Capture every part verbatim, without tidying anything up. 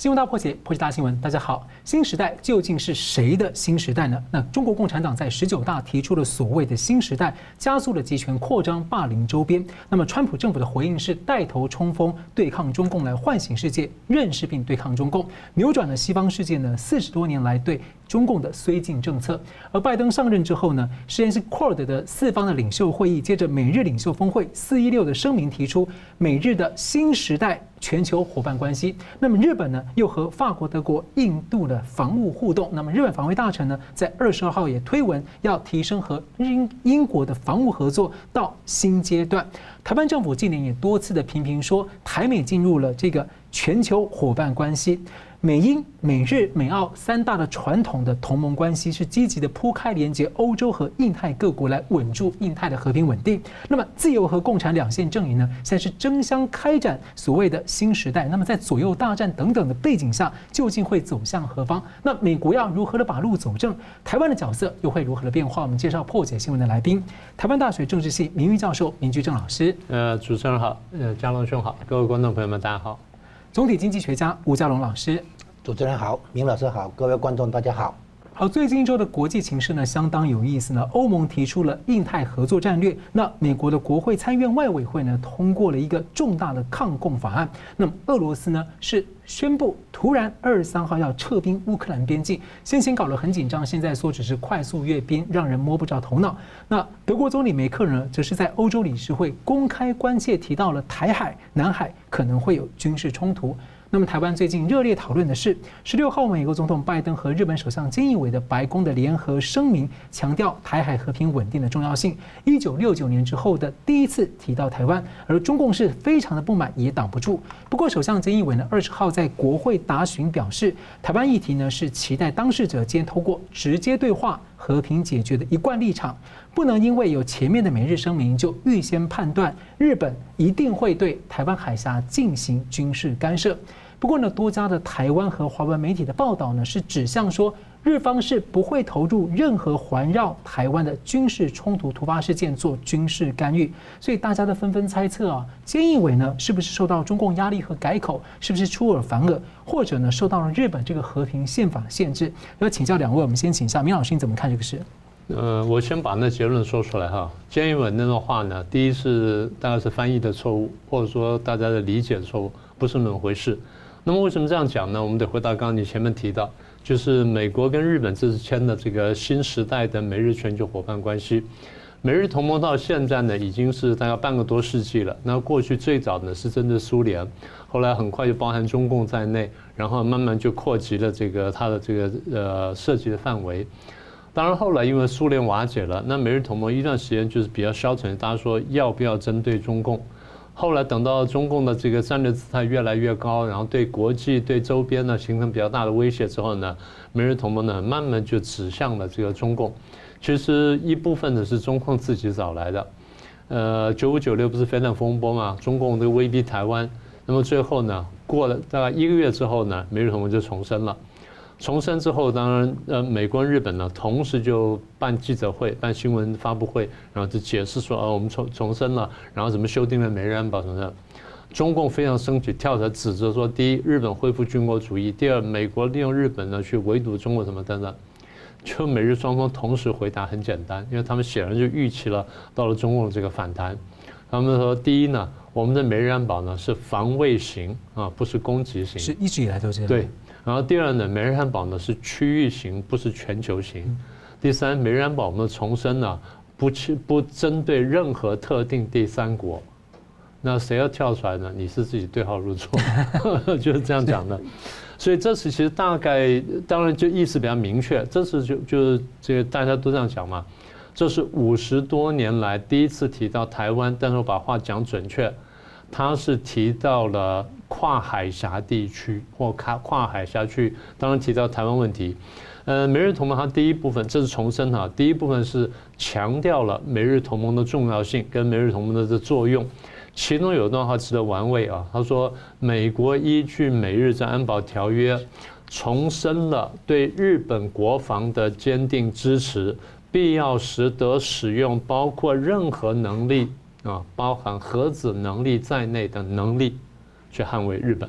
新闻大破解，破解大新闻。大家好，新时代究竟是谁的新时代呢？那中国共产党在十九大提出了所谓的新时代，加速了集权扩张，霸凌周边。那么，川普政府的回应是带头冲锋，对抗中共，来唤醒世界认识并对抗中共，扭转了西方世界呢四十多年来对中共的绥靖政策。而拜登上任之后呢，实验室 Quad 的四方的领袖会议，接着美日领袖峰会四一六的声明提出美日的新时代全球伙伴关系。那么日本呢，又和法国、德国、印度的防务互动。那么日本防卫大臣呢，在二十二号也推文要提升和英英国的防务合作到新阶段。台湾政府近年也多次的频频说，台美进入了这个全球伙伴关系。美英、美日、美澳三大的传统的同盟关系是积极的铺开连接欧洲和印太各国，来稳住印太的和平稳定。那么自由和共产两线阵营呢，现在是争相开展所谓的新时代。那么在左右大战等等的背景下，究竟会走向何方？那美国要如何的把路走正？台湾的角色又会如何的变化？我们介绍破解新闻的来宾，台湾大学政治系名誉教授明居正老师。 呃，主持人好，呃，嘉龙兄好，各位观众朋友们大家好。 总体经济学家吴嘉龙老师。 主持人好，明老师好，各位观众大家好。 好，最近一周的国际情势呢，相当有意思呢。欧盟提出了印太合作战略，那美国的国会参议院外委会呢，通过了一个重大的抗共法案。那么俄罗斯呢，是宣布突然二十三号要撤兵乌克兰边境，先前搞得很紧张，现在说只是快速阅兵，让人摸不着头脑。那德国总理梅克尔呢，则是在欧洲理事会公开关切，提到了台海、南海可能会有军事冲突。那么台湾最近热烈讨论的是，十六号美国总统拜登和日本首相菅义伟的白宫的联合声明，强调台海和平稳定的重要性。一九六九年之后的第一次提到台湾，而中共是非常的不满，也挡不住。不过首相菅义伟呢，二十号在国会答询表示，台湾议题呢是期待当事者间透过直接对话和平解决的一贯立场，不能因为有前面的美日声明就预先判断日本一定会对台湾海峡进行军事干涉。不过呢，多家的台湾和华文媒体的报道呢，是指向说日方是不会投入任何环绕台湾的军事冲突突发事件做军事干预，所以大家都纷纷猜测啊，菅义伟呢是不是受到中共压力和改口，是不是出尔反尔，或者呢受到了日本这个和平宪法的限制？要请教两位，我们先请一下明老师，你怎么看这个事？ 呃，我先把那结论说出来哈。菅义伟那段话呢，第一是大概是翻译的错误，或者说大家的理解错误，不是那么回事。那么为什么这样讲呢？我们得回到刚刚你前面提到，就是美国跟日本这次签的这个新时代的美日全球伙伴关系。美日同盟到现在呢，已经是大概半个多世纪了。那过去最早呢是真的苏联，后来很快就包含中共在内，然后慢慢就扩及了这个它的这个呃涉及的范围。当然后来因为苏联瓦解了，那美日同盟一段时间就是比较消沉，大家说要不要针对中共？后来等到中共的这个战略姿态越来越高，然后对国际、对周边呢形成比较大的威胁之后呢，美日同盟呢慢慢就指向了这个中共。其实一部分呢是中共自己找来的，呃，九五九六不是飞弹风波嘛，中共这个威逼台湾，那么最后呢，过了大概一个月之后呢，美日同盟就重申了。重申之后，当然，呃，美国、日本呢，同时就办记者会、办新闻发布会，然后就解释说，哦，我们重重申了，然后怎么修订了美日安保什么的。中共非常生气，跳出来指责说，第一，日本恢复军国主义；第二，美国利用日本呢去围堵中国什么等等。就美日双方同时回答很简单，因为他们显然就预期了到了中共的这个反弹。他们说，第一呢，我们的美日安保呢是防卫型啊，不是攻击型， 是一直以来都这样。 对。然后第二呢，美日安保呢是区域型，不是全球型。第三，美日安保我们重申呢，不去不针对任何特定第三国。那谁要跳出来呢？你是自己对号入座，就是这样讲的。所以这次其实大概当然就意思比较明确，这次就就是这个大家都这样讲嘛。这是五十多年来第一次提到台湾，但是我把话讲准确，他是提到了跨海峡地区或跨跨海峡区域，当然提到台湾问题。呃，美日同盟它第一部分，这是重申哈，第一部分是强调了美日同盟的重要性跟美日同盟的这作用。其中有一段话值得玩味啊，他说美国依据美日在安保条约，重申了对日本国防的坚定支持，必要时得使用包括任何能力啊，包含核子能力在内的能力，去捍卫日本。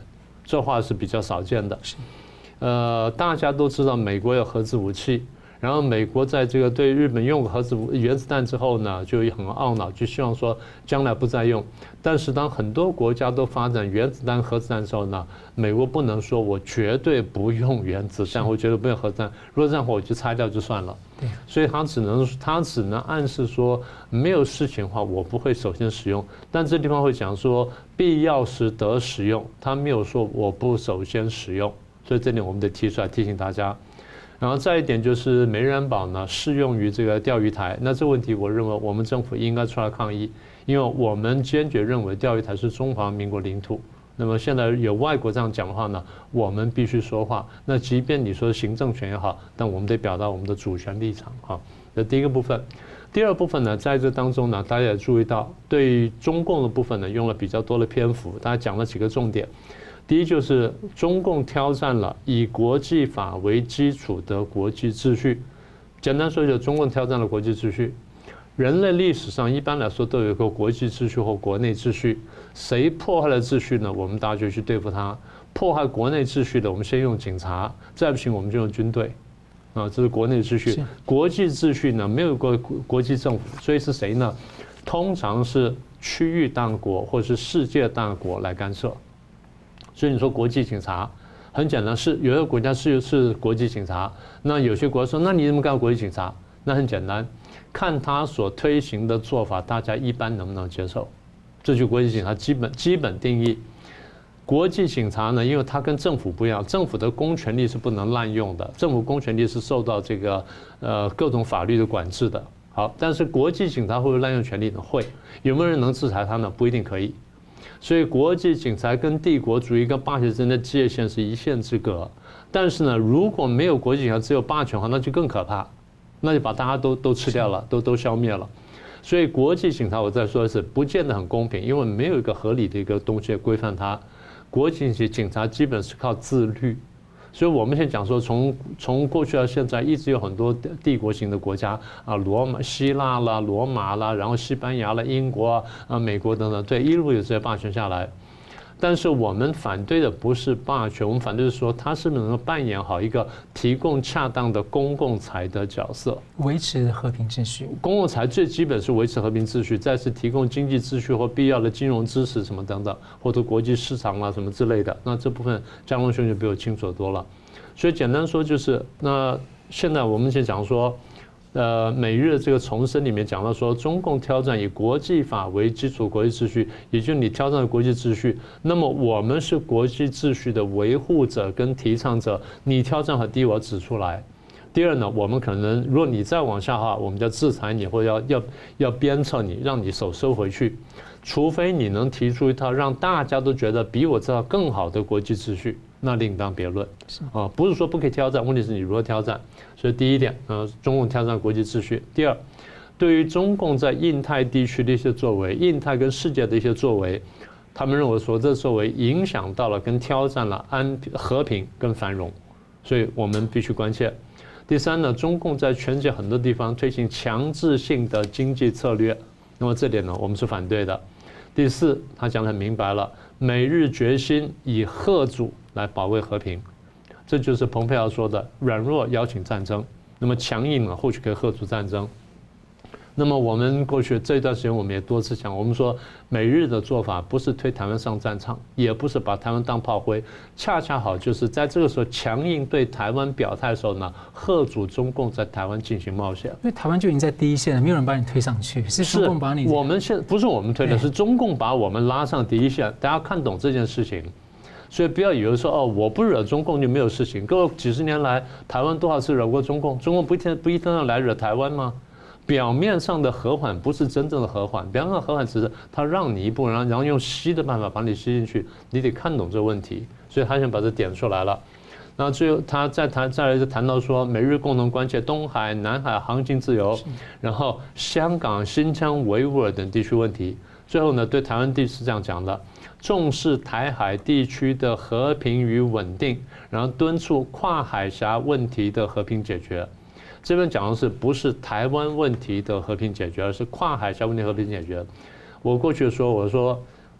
这话是比较少见的。呃，大家都知道美国有核子武器。然后美国在这个对日本用核子原子弹之后呢，就很懊恼，就希望说将来不再用。但是当很多国家都发展原子弹、核子弹的时候呢，美国不能说我绝对不用原子弹，我绝对不用核子弹，如果这样我就拆掉就算了。所以他只能他只能暗示说，没有事情的话，我不会首先使用。但这地方会讲说必要时得使用，他没有说我不首先使用。所以这点我们得提出来提醒大家。然后再一点就是美日安保呢适用于这个钓鱼台，那这个问题我认为我们政府应该出来抗议，因为我们坚决认为钓鱼台是中华民国领土。那么现在有外国这样讲的话呢，我们必须说话。那即便你说行政权也好，但我们得表达我们的主权立场哈。这第一个部分。第二部分呢，在这当中呢，大家也注意到，对于中共的部分呢，用了比较多的篇幅，大家讲了几个重点。第一就是中共挑战了以国际法为基础的国际秩序，简单说就是中共挑战了国际秩序。人类历史上一般来说都有一个国际秩序或国内秩序，谁破坏了秩序呢？我们大家就去对付他。破坏国内秩序的，我们先用警察，再不行我们就用军队，啊，这是国内秩序。国际秩序呢，没有国国际政府，所以是谁呢？通常是区域大国或是世界大国来干涉。所以你说国际警察很简单，是有些国家是是国际警察，那有些国家说那你怎么干国际警察？那很简单，看他所推行的做法，大家一般能不能接受？这就是国际警察基本基本定义。国际警察呢，因为它跟政府不一样，政府的公权力是不能滥用的，政府公权力是受到这个呃各种法律的管制的。好，但是国际警察会不会滥用权力呢？会。有没有人能制裁他呢？不一定可以。所以国际警察跟帝国主义跟霸权之间的界限是一线之隔。但是呢，如果没有国际警察，只有霸权的话，那就更可怕，那就把大家都都吃掉了，都都消灭了。所以国际警察，我再说的是，不见得很公平，因为没有一个合理的一个东西规范它。国际警察基本是靠自律。所以我们现在讲说，从从过去到现在，一直有很多帝国型的国家啊，罗马、希腊啦、罗马啦，然后西班牙啦、英国啊、美国等等，对，一路有这些霸权下来。但是我们反对的不是霸权，我们反对是说它是不是能够扮演好一个提供恰当的公共财的角色， 维持和平秩序。 公共财最基本是维持和平秩序，再是提供经济秩序或必要的金融支持什么等等，或者国际市场啦什么之类的。那这部分江龙兄就比我清楚多了。所以简单说就是，那现在我们先讲说。呃，美日这个重申里面讲到说，中共挑战以国际法为基础国际秩序，也就是你挑战了国际秩序，那么我们是国际秩序的维护者跟提倡者，你挑战和第一我要指出来。第二呢，我们可能如果你再往下的话，我们就要制裁你，或者要要要鞭策你，让你手收回去，除非你能提出一套让大家都觉得比我这套更好的国际秩序。那另当别论啊，不是说不可以挑战，问题是你如何挑战。所以第一点，呃，中共挑战国际秩序。第二，对于中共在印太地区的一些作为，印太跟世界的一些作为，他们认为说这作为影响到了跟挑战了安和平跟繁荣，所以我们必须关切。第三呢，中共在全世界很多地方推行强制性的经济策略，那么这点呢，我们是反对的。第四，他讲得很明白了，美日决心以吓阻来保卫和平，这就是蓬佩奥说的软弱邀请战争，那么强硬呢或许可以吓阻战争。那么我们过去这段时间我们也多次讲，我们说美日的做法不是推台湾上战场，也不是把台湾当炮灰，恰恰好就是在这个时候强硬对台湾表态的时候呢，吓阻中共在台湾进行冒险。 因为台湾就已经在第一线了，没有人把你推上去，是中共把你。 我们现不是我们推的，是中共把我们拉上第一线。大家看懂这件事情。所以不要以为说哦，我不惹中共就没有事情。各位几十年来，台湾多少次惹过中共？中共不一天不一定要来惹台湾吗？表面上的和缓不是真正的和缓，表面上的和缓只是他让你一步，然后然后用吸的办法把你吸进去，你得看懂这个问题。所以他先把这点出来了。然后最后他再谈再来就谈到说，美日共同关切东海、南海航行自由，然后香港、新疆、维吾尔等地区问题。最后呢，对台湾地是这样讲的。重视台海地区的和平与稳定，然后敦促跨海峡问题的和平解决。这边讲的是不是台湾问题的和平解决，而是跨海峡问题和平解决。我过去说，我说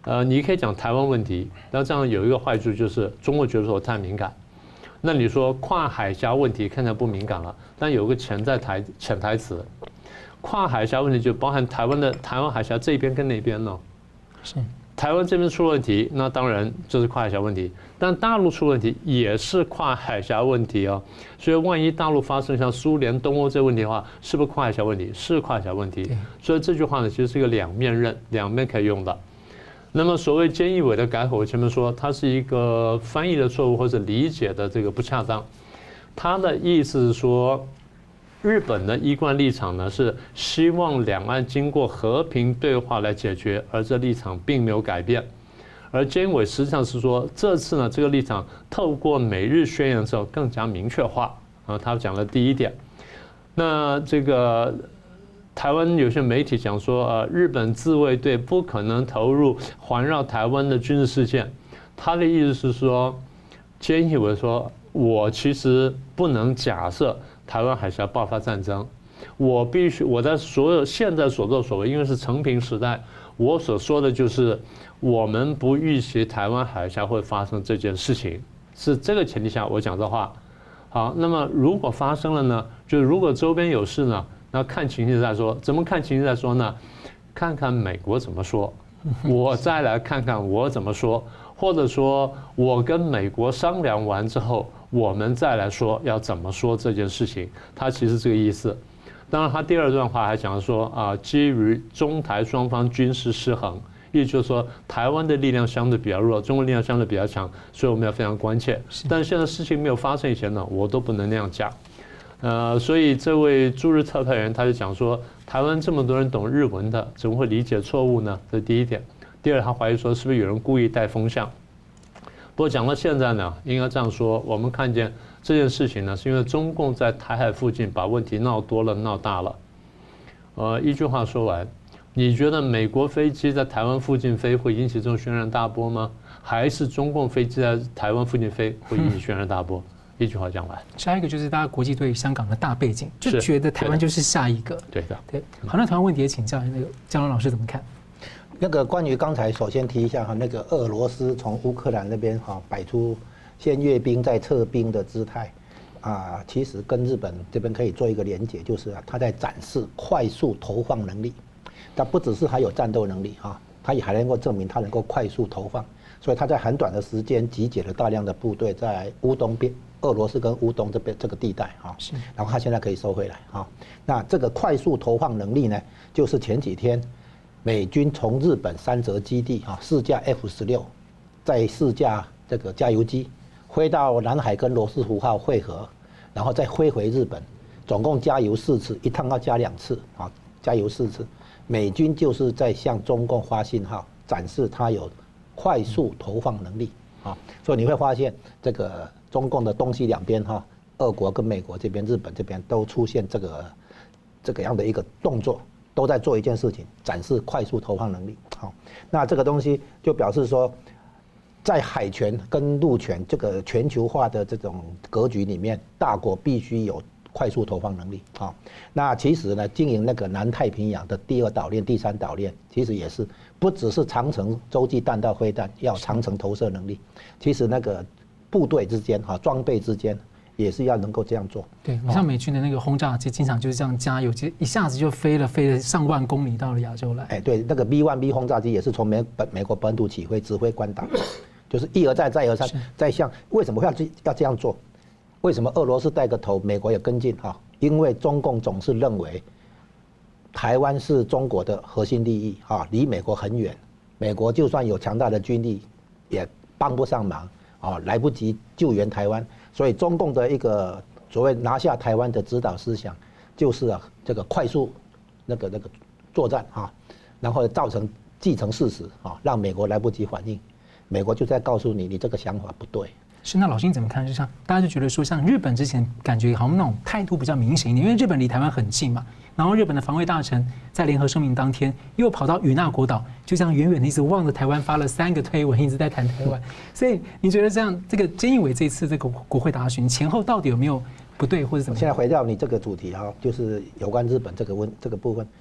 呃，你可以讲台湾问题，但这样有一个坏处就是中国觉得说太敏感。那你说跨海峡问题看起来不敏感了，但有个潜在台潜台词，跨海峡问题就包含台湾的台湾海峡这边跟那边呢。 是。 台湾这边出问题，那当然这是跨海峡问题，但大陆出问题也是跨海峡问题啊。所以万一大陆发生像苏联、东欧这个问题的话，是不是跨海峡问题？是跨海峡问题。所以这句话呢，其实是一个两面刃，两边可以用的。那么所谓菅义伟的改口，我前面说它是一个翻译的错误或者理解的这个不恰当。他的意思是说，日本的一贯立场呢是希望两岸经过和平对话来解决，而这立场并没有改变。而菅义伟实际上是说，这次呢这个立场透过美日宣言之后更加明确化啊。他讲了第一点，那这个台湾有些媒体讲说，呃，日本自卫队不可能投入环绕台湾的军事事件。他的意思是说，菅义伟说，我其实不能假设台湾海峡爆发战争，我必须我在所有现在所作所为，因为是承平时代，我所说的就是我们不预期台湾海峡会发生这件事情，是这个前提下我讲这话。好，那么如果发生了呢？就是如果周边有事呢？那看情形再说，怎么看情形再说呢？看看美国怎么说，我再来看看我怎么说，或者说我跟美国商量完之后，我们再来说要怎么说这件事情。他其实这个意思。当然，他第二段话还讲说啊，基于中台双方军事失衡，意思就是说台湾的力量相对比较弱，中国力量相对比较强，所以我们要非常关切。但是现在事情没有发生以前呢，我都不能那样讲。呃，所以这位驻日特派员他就讲说，台湾这么多人懂日文的，怎么会理解错误呢？这是第一点。第二，他怀疑说是不是有人故意带风向。不过讲到现在呢，应该这样说，我们看见这件事情呢，是因为中共在台海附近把问题闹多了、闹大了。呃，一句话说完，你觉得美国飞机在台湾附近飞会引起这种轩然大波吗？还是中共飞机在台湾附近飞会引起轩然大波？一句话讲完。 下一个就是大家国际对香港的大背景，就觉得台湾就是下一个。 对的， 对。好，那台湾问题也请教那个江龙老师怎么看？ 那个关于刚才首先提一下哈，那个俄罗斯从乌克兰那边哈摆出先阅兵再撤兵的姿态，啊，其实跟日本这边可以做一个连结，就是啊，他在展示快速投放能力。他不只是还有战斗能力哈，他也还能够证明他能够快速投放，所以他在很短的时间集结了大量的部队在乌东边。俄罗斯跟乌东这边这个地带哈，然后他现在可以收回来哈。那这个快速投放能力呢，就是前几天美军从日本三泽基地哈四架 F 十六，再四架这个加油机飞到南海跟罗斯福号汇合，然后再飞回日本，总共加油四次，一趟要加两次啊，加油四次。美军就是在向中共发信号，展示它有快速投放能力啊，所以你会发现这个。中共的东西两边哈，俄国跟美国这边、日本这边都出现这个这个样的一个动作，都在做一件事情，展示快速投放能力。好，那这个东西就表示说，在海权跟陆权这个全球化的这种格局里面，大国必须有快速投放能力。好，那其实呢，经营那个南太平洋的第二岛链、第三岛链，其实也是不只是长程洲际弹道飞弹要长程投射能力，其实那个。部队之间哈，装备之间也是要能够这样做。 对，像美军的那个轰炸机，经常就是这样加油，其实一下子就飞了飞了上万公里到了亚洲来。 哎，对，那个 B 一 B 轰炸机也是从美本美国本土起飞，指挥关岛，就是一而再再而三再向。为什么要要这样做？为什么俄罗斯带个头，美国也跟进哈？因为中共总是认为台湾是中国的核心利益哈，离美国很远，美国就算有强大的军力，也帮不上忙。啊，来不及救援台湾，所以中共的一个所谓拿下台湾的指导思想，就是啊这个快速那个那个作战啊，然后造成既成事实啊，让美国来不及反应，美国就在告诉你，你这个想法不对。 是，那老师你怎么看？就像大家就觉得说，像日本之前感觉好像那种态度比较明显一点，因为日本离台湾很近嘛。然后日本的防卫大臣在联合声明当天又跑到与那国岛，就这样远远的一直望着台湾发了三个推文，一直在谈台湾。所以你觉得这样，这个菅义伟这次这个国会答询前后到底有没有不对或者怎么样？ 现在回到你这个主题哈，就是有关日本这个问这个部分，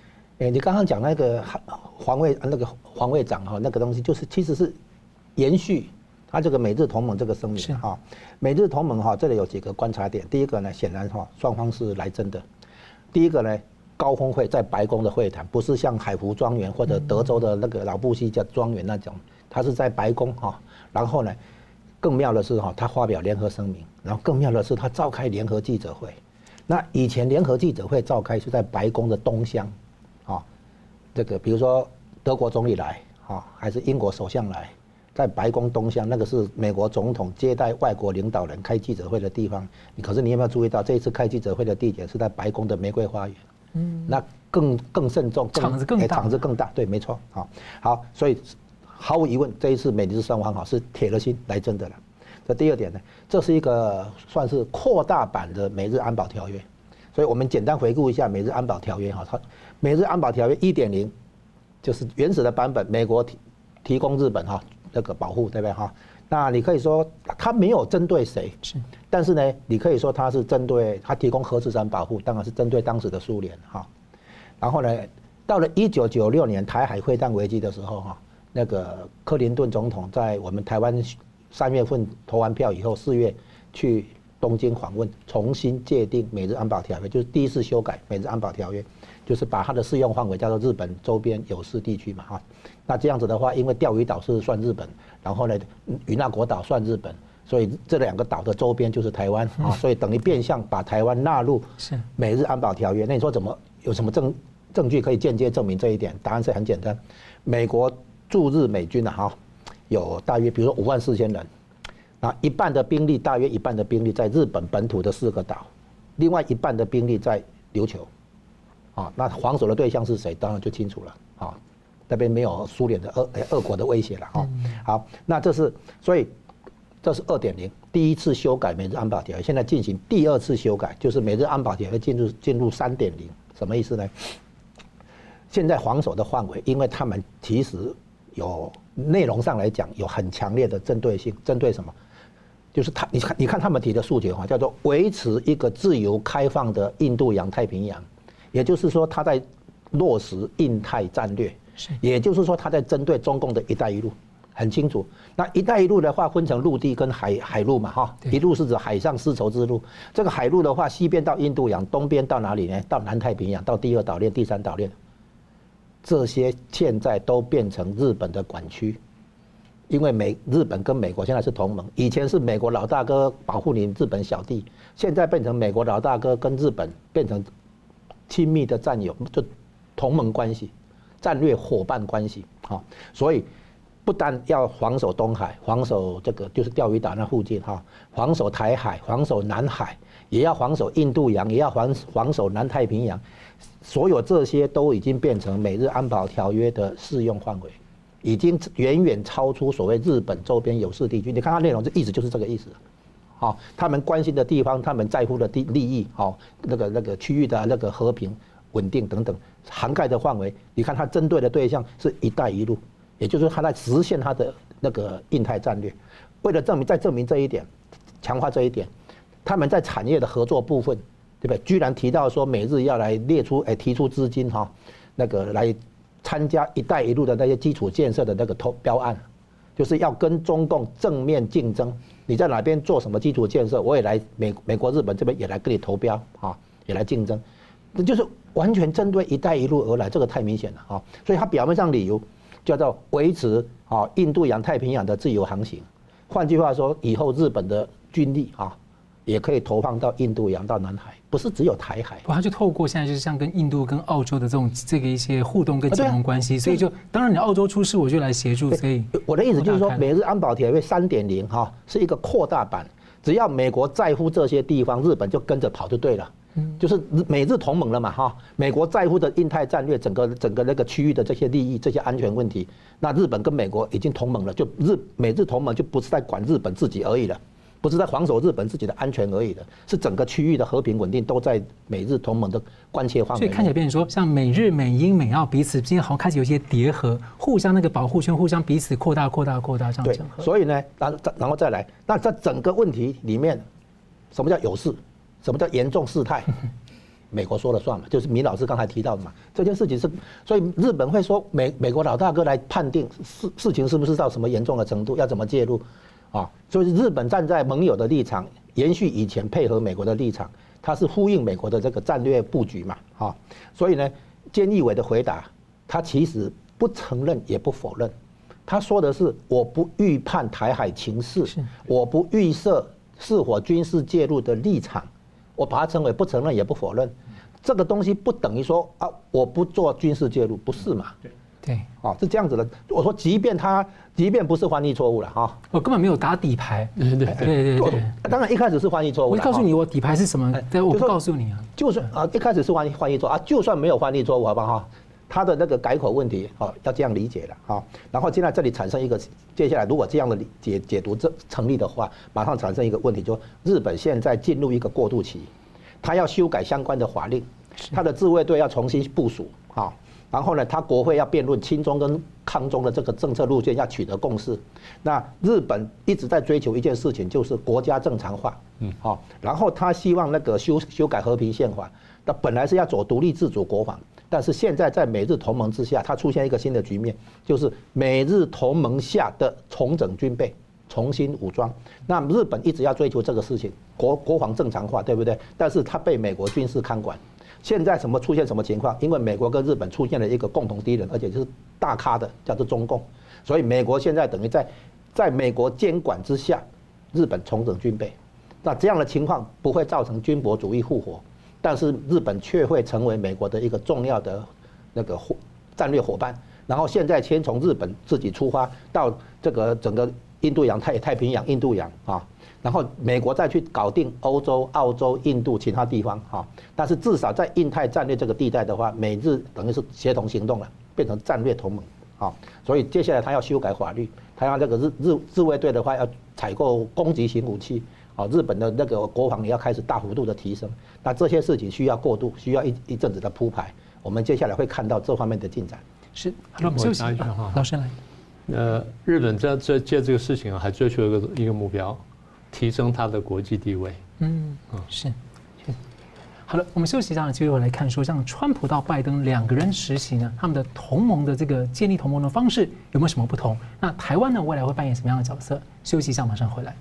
哎，你刚刚讲那个防卫那个防卫长哈，那个东西就是其实是延续他这个美日同盟这个声明哈。美日同盟哈，这里有几个观察点。第一个呢，显然哈双方是来真的。第一个呢，高峰会在白宫的会谈，不是像海湖庄园或者德州的那个老布希叫庄园那种，他是在白宫哈。然后呢，更妙的是哈，他发表联合声明，然后更妙的是他召开联合记者会。那以前联合记者会召开是在白宫的东厢。啊，这个比如说德国总理来，啊，还是英国首相来，在白宫东厢，那个是美国总统接待外国领导人开记者会的地方。可是你有没有注意到，这一次开记者会的地点是在白宫的玫瑰花园？嗯，那更更慎重， 场子更大， 场子更大，对，没错。好，好，所以毫无疑问，这一次美日双方哈是铁了心来真的了。这第二点呢，这是一个算是扩大版的美日安保条约。所以我们简单回顾一下美日安保条约哈，它美日安保条约 一点零 就是原始的版本，美国提提供日本哈那个保护，对不对哈？那你可以说它没有针对谁，是，但是呢，你可以说它是针对它提供核资产保护，当然是针对当时的苏联哈。然后呢，到了一九九六年台海会弹危机的时候哈，那个克林顿总统在我们台湾三月份投完票以后，四月去东京访问，重新界定美日安保条约，就是第一次修改美日安保条约，就是把它的适用范围叫做日本周边有事地区嘛哈。那这样子的话，因为钓鱼岛是算日本，然后呢，与那国岛算日本，所以这两个岛的周边就是台湾啊，所以等于变相把台湾纳入美日安保条约。那你说怎么有什么证证据可以间接证明这一点？答案是很简单，美国驻日美军啊哈，有大约比如说五万四千人。那一半的兵力，大约一半的兵力在日本本土的四个岛，另外一半的兵力在琉球，啊，那防守的对象是谁？当然就清楚了，啊，那边没有苏联的俄俄国的威胁了，哈。好，那这是所以这是 二点零， 第一次修改美日安保条约，现在进行第二次修改，就是美日安保条约进入进入 三点零， 什么意思呢？现在防守的范围，因为他们其实有内容上来讲有很强烈的针对性，针对什么？就是他，你看，你看他们提的诉求哈，叫做维持一个自由开放的印度洋太平洋，也就是说他在落实印太战略，也就是说他在针对中共的一带一路，很清楚。那一带一路的话分成陆地跟海海路嘛哈，一路是指海上丝绸之路，这个海路的话，西边到印度洋，东边到哪里呢？到南太平洋，到第二岛链、第三岛链，这些现在都变成日本的管区。因为美日本跟美国现在是同盟，以前是美国老大哥保护你日本小弟，现在变成美国老大哥跟日本变成亲密的战友，就同盟关系、战略伙伴关系啊。所以不但要防守东海，防守这个就是钓鱼岛那附近哈，防守台海，防守南海，也要防守印度洋，也要防防守南太平洋，所有这些都已经变成美日安保条约的适用范围。已经远远超出所谓日本周边有事地区，你看它内容，这意思就是这个意思。好，他们关心的地方，他们在乎的利利益，好，那个那个区域的那个和平、稳定等等，涵盖的范围，你看它针对的对象是一带一路，也就是说它在实现它的那个印太战略。为了证明，再证明这一点，强化这一点，他们在产业的合作部分，对不对？居然提到说美日要来列出，哎，提出资金哈，那个来。参加“一带一路”的那些基础建设的那个投标案，就是要跟中共正面竞争。你在哪边做什么基础建设，我也来美美国、日本这边也来跟你投标啊，也来竞争。这就是完全针对“一带一路”而来，这个太明显了啊！所以它表面上理由叫做维持啊印度洋、太平洋的自由航行。换句话说，以后日本的军力啊也可以投放到印度洋、到南海。不是只有台海， 他就透过现在就是像跟印度、跟澳洲的这种这个一些互动跟结盟关系，所以就当然你澳洲出事，我就来协助。所以我的意思就是说，美日安保条约 三点零 哈是一个扩大版，只要美国在乎这些地方，日本就跟着跑就对了。就是美日同盟了嘛哈，美国在乎的印太战略，整个整个那个区域的这些利益、这些安全问题，那日本跟美国已经同盟了，就日美日同盟就不是在管日本自己而已了。不是在防守日本自己的安全而已的，是整个区域的和平稳定都在美日同盟的关切范围。 所以看起来变成说，像美日、美英、美澳彼此之间好像开始有一些叠合，互相那个保护圈，互相彼此扩大、扩大、扩大这样整合。 对，所以呢，然然后再来，那在整个问题里面，什么叫有事？什么叫严重事态？ 美国说了算嘛，就是米老师刚才提到的嘛。这件事情是，所以日本会说美美国老大哥来判定事事情是不是到什么严重的程度，要怎么介入，啊，所以日本站在盟友的立场，延续以前配合美国的立场，它是呼应美国的这个战略布局嘛，啊，所以呢，菅义伟的回答，他其实不承认也不否认，他说的是我不预判台海情势，我不预设是否军事介入的立场。我把它称为不承认也不否认，这个东西不等于说啊我不做军事介入，不是嘛？ 对对， 哦是这样子的。我说，即便他即便不是翻译错误了哈， 我根本没有打底牌。 对对对对对， 当然一开始是翻译错误。 我告诉你我底牌是什么，但我不告诉你啊。 就算啊一开始是翻译翻译错啊，就算没有翻译错误，好不好哈？他的那个改口问题哦，要这样理解了哈。然后现在这里产生一个，接下来如果这样的解解读这成立的话，马上产生一个问题，就日本现在进入一个过渡期，他要修改相关的法令，他的自卫队要重新部署哈。然后呢，他国会要辩论亲中跟抗中的这个政策路线，要取得共识。那日本一直在追求一件事情，就是国家正常化，嗯，好。然后他希望那个修修改和平宪法，那本来是要走独立自主国防。但是现在在美日同盟之下，它出现一个新的局面，就是美日同盟下的重整军备、重新武装。那日本一直要追求这个事情，国国防正常化，对不对？但是它被美国军事看管。现在什么出现什么情况？因为美国跟日本出现了一个共同敌人，而且就是大咖的，叫做中共。所以美国现在等于在在美国监管之下，日本重整军备。那这样的情况不会造成军国主义复活。但是日本却会成为美国的一个重要的那个战略伙伴。然后现在先从日本自己出发，到这个整个印度洋、太太平洋、印度洋啊，然后美国再去搞定欧洲、澳洲、印度其他地方啊。但是至少在印太战略这个地带的话，美日等于是协同行动了，变成战略同盟啊。所以接下来他要修改法律，他要这个日日自卫队的话要采购攻击型武器。啊，日本的那个国防也要开始大幅度的提升，那这些事情需要过渡，需要一一阵子的铺排。我们接下来会看到这方面的进展。 是，好了，我们休息一下哈，老师来。 呃，日本在这借这个事情啊，还追求一个一个目标，提升它的国际地位。 嗯，是。好了，我们休息一下，接着来看说，像川普到拜登两个人实习呢，他们的同盟的这个建立同盟的方式有没有什么不同？那台湾呢，未来会扮演什么样的角色？休息一下，马上回来。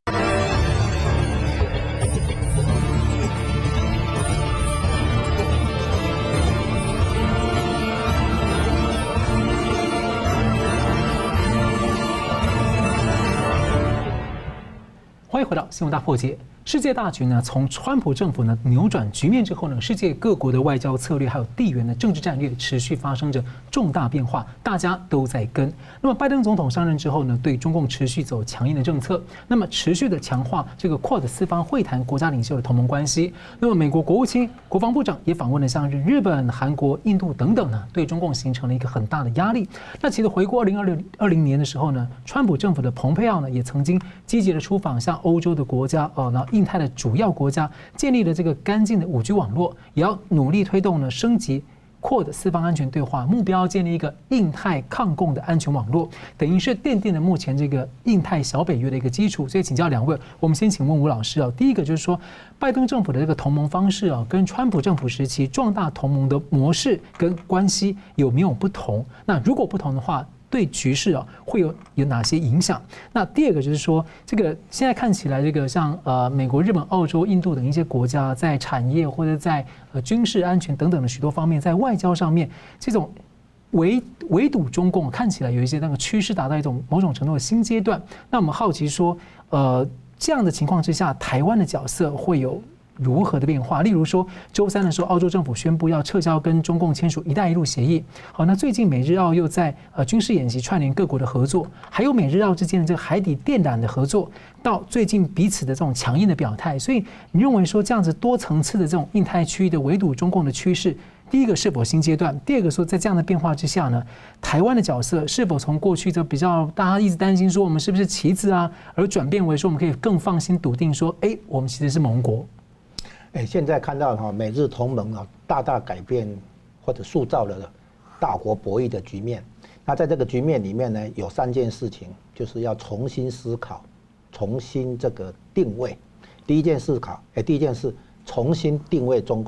欢迎回到新闻大破解。世界大局呢，从川普政府呢扭转局面之后呢，世界各国的外交策略还有地缘的政治战略持续发生着重大变化，大家都在跟。那么拜登总统上任之后呢，对中共持续走强硬的政策，那么持续的强化这个 Quad 四方会谈国家领袖的同盟关系。那么美国国务卿、国防部长也访问了像是日本、韩国、印度等等呢，对中共形成了一个很大的压力。那其实回顾二零二六二零年的时候呢，川普政府的蓬佩奥呢也曾经积极的出访像欧洲的国家哦，然后印太的主要国家，建立了这个干净的五 G 网络，也要努力推动呢升级Quad四方安全对话，目标建立一个印太抗共的安全网络，等于是奠定了目前这个印太小北约的一个基础。所以请教两位，我们先请问吴老师啊，第一个就是说，拜登政府的这个同盟方式啊，跟川普政府时期壮大同盟的模式跟关系有没有不同？那如果不同的话，对局势啊会有有哪些影响？那第二个就是说，这个现在看起来，这个像呃美国、日本、澳洲、印度等一些国家，在产业或者在呃军事安全等等的许多方面，在外交上面，这种围围堵中共，看起来有一些那个趋势达到一种某种程度的新阶段。那我们好奇说，呃，这样的情况之下，台湾的角色会有如何的变化？例如说，周三的时候，澳洲政府宣布要撤销跟中共签署“一带一路”协议。好，那最近美日澳又在呃军事演习串联各国的合作，还有美日澳之间的这个海底电缆的合作，到最近彼此的这种强硬的表态。所以，你认为说这样子多层次的这种印太区域的围堵中共的趋势，第一个是否新阶段？第二个说，在这样的变化之下呢，台湾的角色是否从过去的比较大家一直担心说我们是不是棋子啊，而转变为说我们可以更放心笃定说，哎，我们其实是盟国。 哎，现在看到哈美日同盟啊，大大改变或者塑造了大国博弈的局面。那在这个局面里面呢，有三件事情，就是要重新思考，重新这个定位。第一件思考，哎，第一件事，重新定位中共，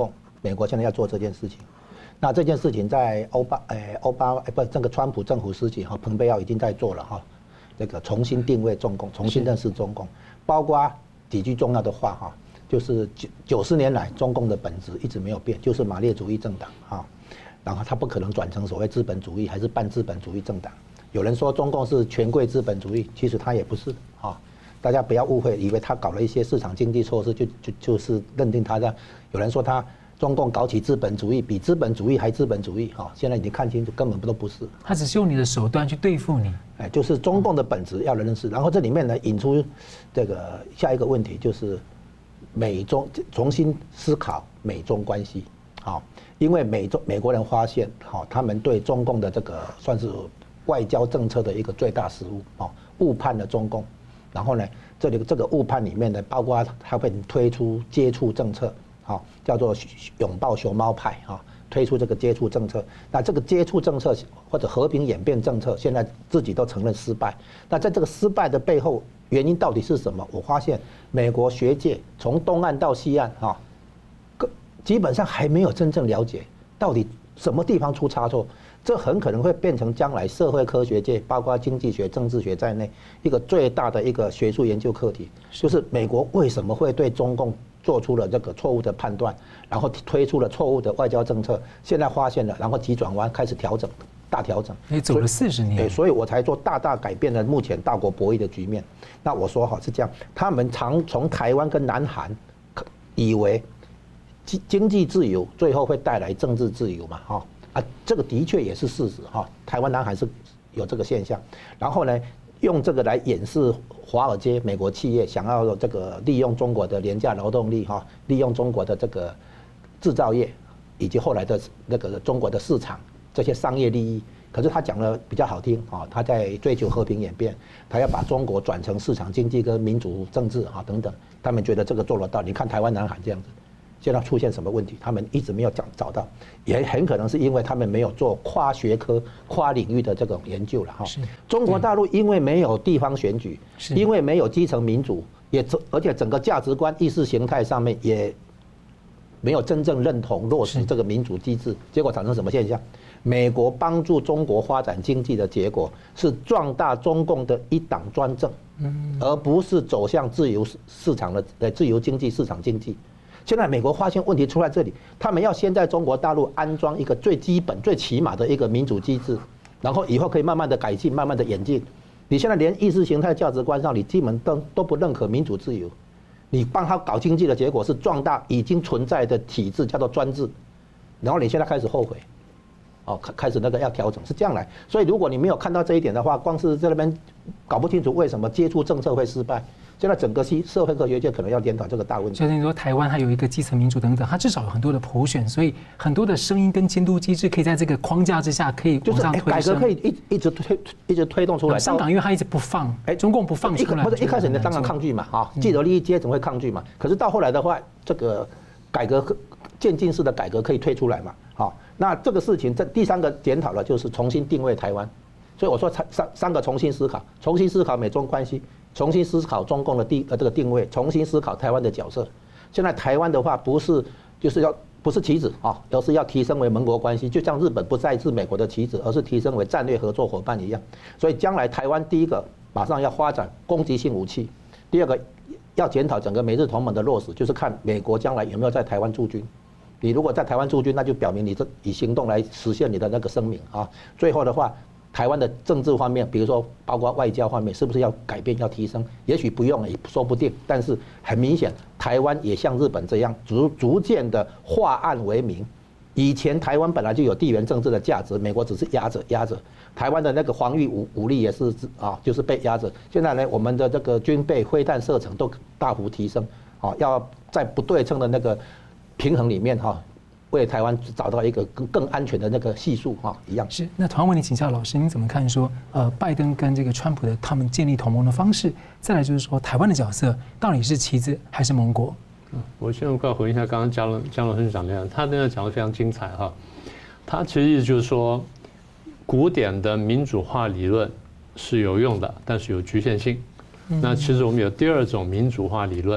美国现在要做这件事情。那这件事情在欧巴诶欧巴不这个川普政府时期哈，蓬佩奥已经在做了哈，这个重新定位中共，重新认识中共，包括几句重要的话哈，就是九九十年来中共的本质一直没有变，就是马列主义政党哈，然后它不可能转成所谓资本主义还是半资本主义政党。有人说中共是权贵资本主义，其实它也不是啊，大家不要误会，以为他搞了一些市场经济措施就就就是认定他的。有人说他。中共搞起资本主义，比资本主义还资本主义哈！现在你看清楚，根本都不是。 他只是用你的手段去对付你。 哎，就是中共的本质要认识。然后这里面呢，引出这个下一个问题，就是美中重新思考美中关系。好，因为美中美国人发现，好，他们对中共的这个算是外交政策的一个最大失误，哦，误判了中共。然后呢，这里这个误判里面呢，包括他会推出接触政策。好，叫做拥抱熊猫派啊，推出这个接触政策。那这个接触政策或者和平演变政策，现在自己都承认失败。那在这个失败的背后，原因到底是什么？我发现美国学界从东岸到西岸啊，基本上还没有真正了解到底什么地方出差错。这很可能会变成将来社会科学界，包括经济学、政治学在内，一个最大的一个学术研究课题，就是美国为什么会对中共做出了这个错误的判断，然后推出了错误的外交政策，现在发现了，然后急转弯开始调整，大调整。 你走了四十年， 对，所以我才说大大改变了目前大国博弈的局面。那我说哈是这样，他们常从台湾跟南韩以为经经济自由最后会带来政治自由嘛，哈啊，这个的确也是事实哈，台湾南韩是有这个现象，然后呢？用这个来掩饰华尔街美国企业想要这个利用中国的廉价劳动力哈，利用中国的这个制造业以及后来的那个中国的市场这些商业利益。可是他讲的比较好听啊，他在追求和平演变，他要把中国转成市场经济跟民主政治啊等等，他们觉得这个做得到。你看台湾南韩这样子。现在出现什么问题？他们一直没有找找到，也很可能是因为他们没有做跨学科、跨领域的这种研究了哈。中国大陆因为没有地方选举，因为没有基层民主，也而且整个价值观、意识形态上面也没有真正认同落实这个民主机制，结果产生什么现象？美国帮助中国发展经济的结果是壮大中共的一党专政，而不是走向自由市场的呃自由经济、市场经济。现在美国发现问题出在这里，他们要先在中国大陆安装一个最基本、最起码的一个民主机制，然后以后可以慢慢的改进、慢慢的演进。你现在连意识形态、价值观上，你基本都都不认可民主自由，你帮他搞经济的结果是壮大已经存在的体制，叫做专制，然后你现在开始后悔，哦，开开始那个要调整，是这样来。所以如果你没有看到这一点的话，光是在那边搞不清楚为什么接触政策会失败。现在整个西社会科学界可能要研讨这个大问题。 就是你说台湾它有一个基层民主等等，它至少有很多的普选，所以很多的声音跟监督机制可以在这个框架之下可以往上推升。 改革可以一一直推一直推动出来。 香港因为它一直不放，哎，中共不放出来， 不是一开始你当然抗拒嘛，啊，既得利益阶层会抗拒嘛。可是到后来的话，这个改革渐进式的改革可以推出来嘛，好，那这个事情这第三个检讨了就是重新定位台湾。所以我说三三个重新思考，重新思考美中关系。重新思考中共的定呃这个定位，重新思考台湾的角色。现在台湾的话不是就是要不是棋子啊，而是要提升为盟国关系，就像日本不再是美国的棋子，而是提升为战略合作伙伴一样。所以将来台湾第一个马上要发展攻击性武器，第二个要检讨整个美日同盟的落实，就是看美国将来有没有在台湾驻军。你如果在台湾驻军，那就表明你这以行动来实现你的那个声明啊。最后的话。台湾的政治方面，比如说包括外交方面，是不是要改变、要提升？也许不用，也说不定。但是很明显，台湾也像日本这样，逐逐渐的化暗为明。以前台湾本来就有地缘政治的价值，美国只是压着压着。台湾的那个防御武武力也是啊，就是被压着。现在呢，我们的这个军备、飞弹射程都大幅提升，啊，要在不对称的那个平衡里面哈。为台湾找到一个更更安全的那个系数哈，一样是。那同样问你请教老师，您怎么看说呃拜登跟这个川普的他们建立同盟的方式？再来就是说台湾的角色到底是棋子还是盟国？ 嗯，我现在快回应一下刚刚江龙江龙先生讲那样，他那样讲的非常精彩哈。他其实意思就是说，古典的民主化理论是有用的，但是有局限性。那其实我们有第二种民主化理论。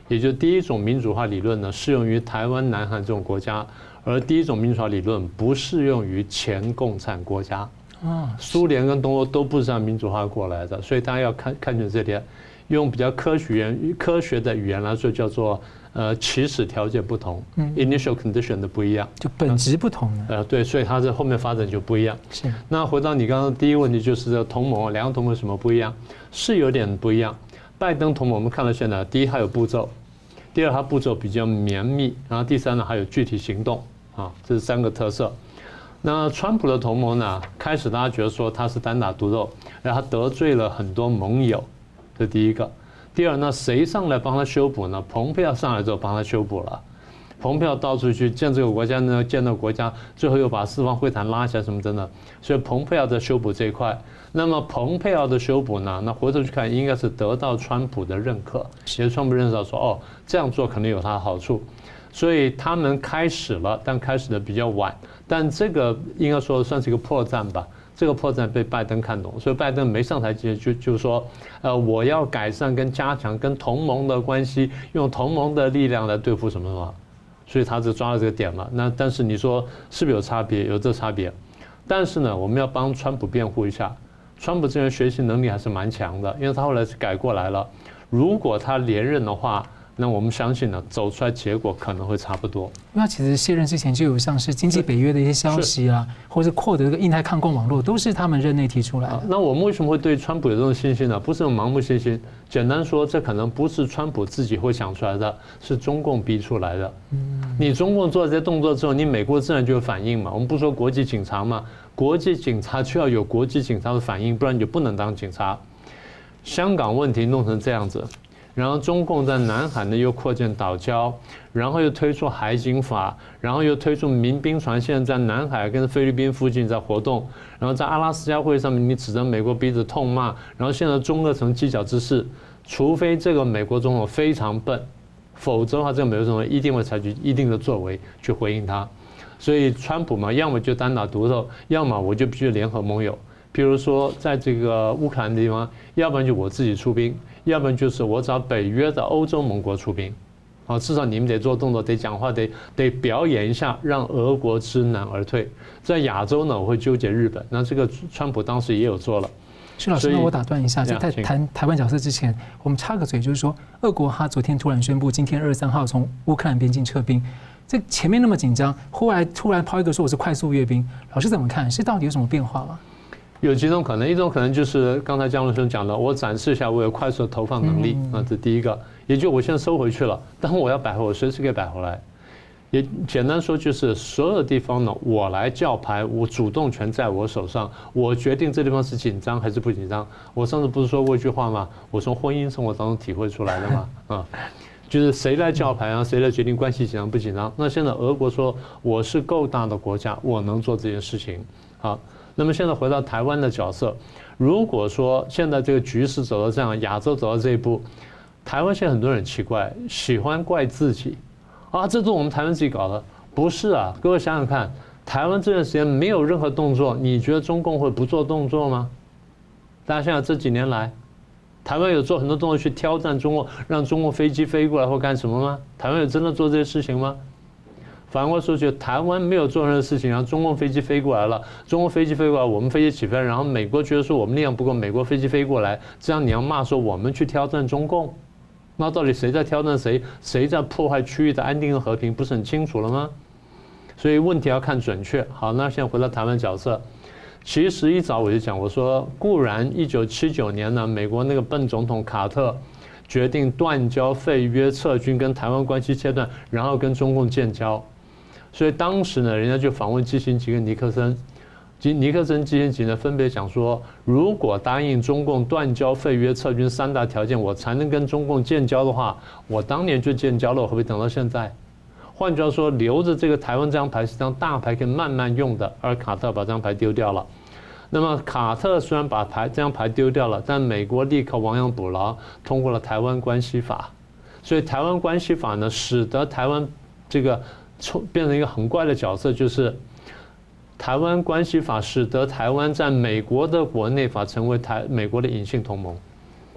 也就是第一种民主化理论呢，适用于台湾、南韩这种国家，而第一种民主化理论不适用于前共产国家。啊，苏联跟东欧都不是这样民主化过来的，所以大家要看看清这点，用比较科学言科学的语言来说，叫做呃起始条件不同、嗯、，initial condition 的不一样， 就本质不同的。 呃，对，所以它这后面发展就不一样。 是。 那回到你刚刚第一个问题，就是这个同盟，两个同盟有什么不一样？是有点不一样。拜登同盟我们看到现在，第一它有步骤，第二它步骤比较绵密，然后第三呢还有具体行动啊，这是三个特色。那川普的同盟呢，开始大家觉得说他是单打独斗，然后他得罪了很多盟友，这是第一个。第二呢，谁上来帮他修补呢？蓬佩奥上来之后帮他修补了。蓬佩奥到处去见这个国家呢，见到国家，最后又把四方会谈拉起来什么等等，所以蓬佩奥在修补这一块。那么蓬佩奥的修补呢，那回头去看，应该是得到川普的认可，其实川普认识到说，哦，这样做可能有它的好处。所以他们开始了，但开始的比较晚，但这个应该说算是一个破绽吧。这个破绽被拜登看懂，所以拜登没上台前就就说，呃，我要改善跟加强跟同盟的关系，用同盟的力量来对付什么什么，所以他就抓到这个点了。那但是你说是不是有差别？有这差别，但是呢，我们要帮川普辩护一下，川普这人学习能力还是蛮强的，因为他后来是改过来了。如果他连任的话，那我们相信呢，走出来结果可能会差不多。 因为他其实卸任之前就有像是经济北约的一些消息啊，或者扩的这个印太抗共网络，都是他们任内提出来的。 那我们为什么会对川普有这种信心呢？不是有盲目信心，简单说，这可能不是川普自己会想出来的，是中共逼出来的。你中共做这些动作之后，你美国自然就有反应嘛。我们不说国际警察嘛，国际警察就要有国际警察的反应，不然你就不能当警察。香港问题弄成这样子。然后中共在南海呢又扩建岛礁，然后又推出海警法，然后又推出民兵船现在在南海跟菲律宾附近在活动，然后在阿拉斯加会上面你指着美国鼻子痛骂，然后现在中俄成犄角之势，除非这个美国总统非常笨，否则的话这个美国总统一定会采取一定的作为去回应他。所以川普嘛，要么就单打独斗，要么我就必须联合盟友。比如说在这个乌克兰的地方，要不然就我自己出兵，要不然就是我找北约的欧洲盟国出兵，啊，至少你们得做动作，得讲话，得得表演一下，让俄国知难而退。在亚洲呢，我会纠结日本，那这个川普当时也有做了。 徐老师，那我打断一下，在谈台湾角色之前，我们插个嘴，就是说，俄国他昨天突然宣布，今天二十三号从乌克兰边境撤兵，这前面那么紧张，后来突然抛一个说我是快速阅兵，老师怎么看？是到底有什么变化吗？ 有几种可能，一种可能就是刚才江龙生讲的，我展示一下我有快速的投放能力啊，这第一个，也就我现在收回去了，但我要摆回，我随时可以摆回来。也简单说就是所有地方呢，我来叫牌，我主动权在我手上，我决定这地方是紧张还是不紧张。我上次不是说过一句话吗？我从婚姻生活当中体会出来的嘛，啊，就是谁来叫牌啊，谁来决定关系紧张不紧张。那现在俄国说我是够大的国家，我能做这件事情，好。那么现在回到台湾的角色，如果说现在这个局势走到这样，亚洲走到这一步，台湾现在很多人很奇怪，喜欢怪自己，啊，这都我们台湾自己搞的，不是啊？各位想想看，台湾这段时间没有任何动作，你觉得中共会不做动作吗？大家想想这几年来，台湾有做很多动作去挑战中共，让中共飞机飞过来或干什么吗？台湾有真的做这些事情吗？反过来说，就台湾没有做任何事情，然后中共飞机飞过来了，中国飞机飞过来，我们飞机起飞，然后美国觉得说我们力量不够，美国飞机飞过来，这样你要骂说我们去挑战中共，那到底谁在挑战谁？谁在破坏区域的安定和和平？不是很清楚了吗？所以问题要看准确。好，那现在回到台湾角色，其实一早我就讲，我说固然一九七九年呢，美国那个笨总统卡特决定断交、废约、撤军，跟台湾关系切断，然后跟中共建交。所以当时呢，人家就访问基辛格跟尼克森，尼克森、基辛格呢分别讲说，如果答应中共断交、废约、撤军三大条件，我才能跟中共建交的话，我当年就建交了，我会不会等到现在？换句话说，留着这个台湾这张牌是张大牌，可以慢慢用的，而卡特把这张牌丢掉了。那么卡特虽然把牌这张牌丢掉了，但美国立刻亡羊补牢，通过了台湾关系法。所以台湾关系法呢，使得台湾这个变成一个很怪的角色，就是台湾关系法使得台湾在美国的国内法成为台美国的隐性同盟。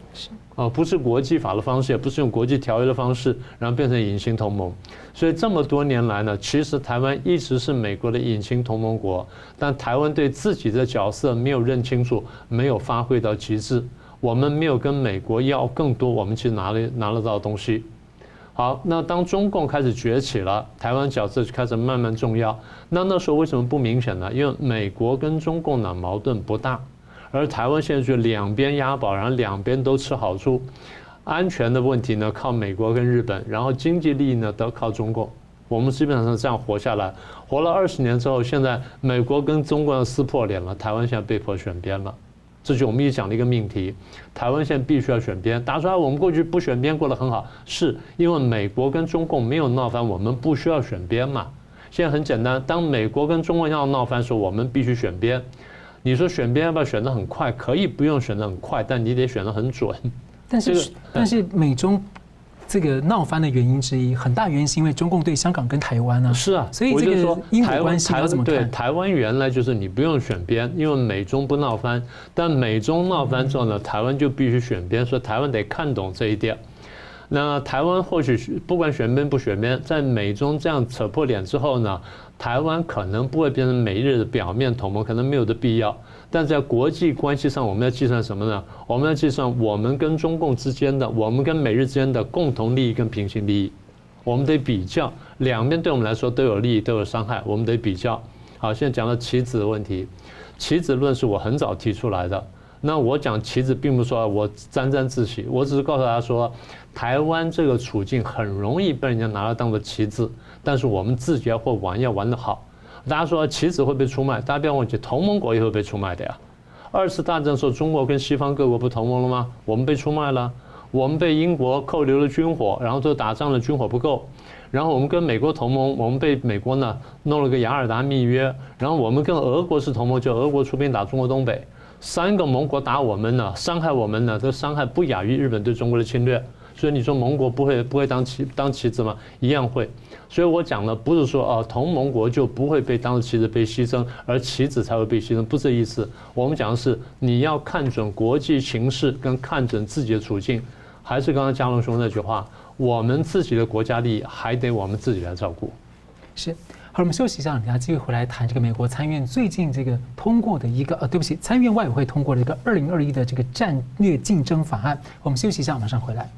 啊，不是国际法的方式，也不是用国际条约的方式，然后变成隐形同盟。所以这么多年来呢，其实台湾一直是美国的隐形同盟国，但台湾对自己的角色没有认清楚，没有发挥到极致。我们没有跟美国要更多，我们其实拿了拿得到的东西。好，那当中共开始崛起了，台湾角色就开始慢慢重要。那那时候为什么不明显呢？因为美国跟中共呢矛盾不大。而台湾现在就两边押宝，然后两边都吃好处，安全的问题呢靠美国跟日本，然后经济利益呢都靠中共。我们基本上是这样活下来，活了二十年之后，现在美国跟中共要撕破脸了，台湾现在被迫选边了。这就我们一直讲的一个命题，台湾现在必须要选边。大家说啊，我们过去不选边过得很好，是因为美国跟中共没有闹翻，我们不需要选边嘛。现在很简单，当美国跟中共要闹翻的时候，我们必须选边。你说选边要不要选得很快？可以不用选得很快，但你得选得很准。 但是、这个、但是美中这个闹翻的原因之一，很大原因是因为中共对香港跟台湾啊。 是啊， 所以这个因果关系要怎么看？ 对，台湾原来就是你不用选边，因为美中不闹翻，但美中闹翻之后呢，台湾就必须选边，所以台湾得看懂这一点。那台湾或许不管选边不选边，在美中这样扯破脸之后呢，台湾可能不会变成美日的表面同盟，可能没有的必要。但在国际关系上，我们要计算什么呢？我们要计算我们跟中共之间的，我们跟美日之间的共同利益跟平行利益。我们得比较，两边对我们来说都有利益，都有伤害，我们得比较。好，现在讲到棋子的问题，棋子论是我很早提出来的。那我讲棋子，并不是说我沾沾自喜，我只是告诉大家说，台湾这个处境很容易被人家拿来当做棋子，但是我们自己要会玩，要玩得好。大家说棋子会被出卖，大家不要忘记，同盟国也会被出卖的呀。二次大战的时候，中国跟西方各国不同盟了吗？我们被出卖了，我们被英国扣留了军火，然后最后打仗的军火不够，然后我们跟美国同盟，我们被美国呢弄了个雅尔达密约，然后我们跟俄国是同盟，就俄国出兵打中国东北。三个盟国打我们呢，伤害我们呢，这伤害不亚于日本对中国的侵略。所以你说盟国不会不会当棋当棋子吗？一样会。所以我讲的不是说哦，同盟国就不会被当成棋子被牺牲，而棋子才会被牺牲，不是这意思。我们讲的是你要看准国际形势，跟看准自己的处境。还是刚刚嘉龙兄那句话，我们自己的国家利益还得我们自己来照顾。 是。好，我们休息一下，等下继续回来谈这个美国参院最近这个通过的一个呃，对不起，参院外委会通过了一个二零二一的这个战略竞争法案。我们休息一下，马上回来。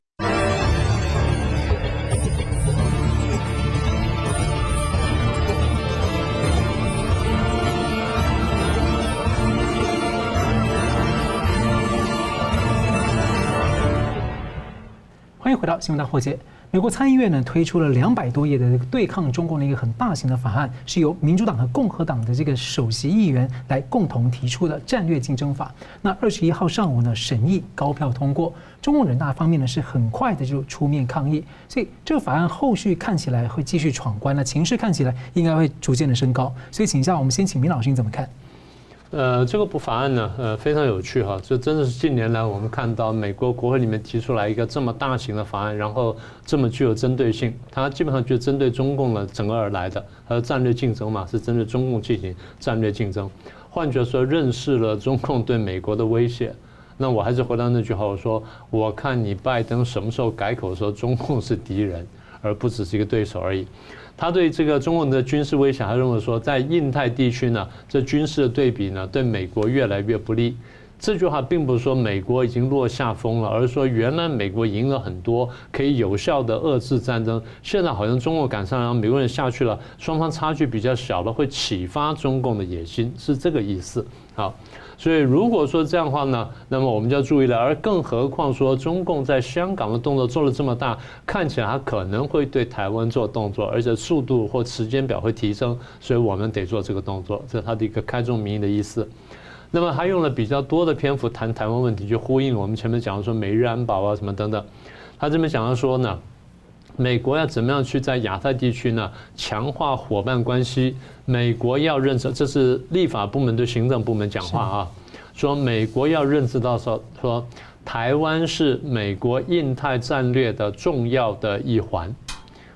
欢迎回到新闻大破解。美国参议院呢推出了两百多页的对抗中共的一个很大型的法案，是由民主党和共和党的这个首席议员来共同提出的战略竞争法。那二十一号上午呢审议高票通过，中共人大方面呢是很快的就出面抗议，所以这个法案后续看起来会继续闯关，那情势看起来应该会逐渐的升高。所以请一下，我们先请明老师你怎么看？ 呃，这个部法案呢，呃，非常有趣哈，这真的是近年来我们看到美国国会里面提出来一个这么大型的法案，然后这么具有针对性，它基本上就是针对中共的整个而来的，它的战略竞争嘛，是针对中共进行战略竞争。换句话说，认识了中共对美国的威胁。那我还是回到那句话，我说，我看你拜登什么时候改口说中共是敌人，而不只是一个对手而已。他对这个中共的军事威胁，他认为说，在印太地区呢，这军事的对比呢，对美国越来越不利。这句话并不是说美国已经落下风了，而是说原来美国赢了很多，可以有效的遏制战争，现在好像中国赶上，然后美国人下去了，双方差距比较小了，会启发中共的野心，是这个意思。好。所以如果说这样的话呢，那么我们就要注意了。而更何况说，中共在香港的动作做了这么大，看起来它可能会对台湾做动作，而且速度或时间表会提升，所以我们得做这个动作，这是它的一个开宗明义的意思。那么还用了比较多的篇幅谈台湾问题，就呼应我们前面讲的说美日安保啊什么等等。他这边讲到说呢，美国要怎么样去在亚太地区呢强化伙伴关系？美国要认识，这是立法部门对行政部门讲话啊，说美国要认识到说说台湾是美国印太战略的重要的一环。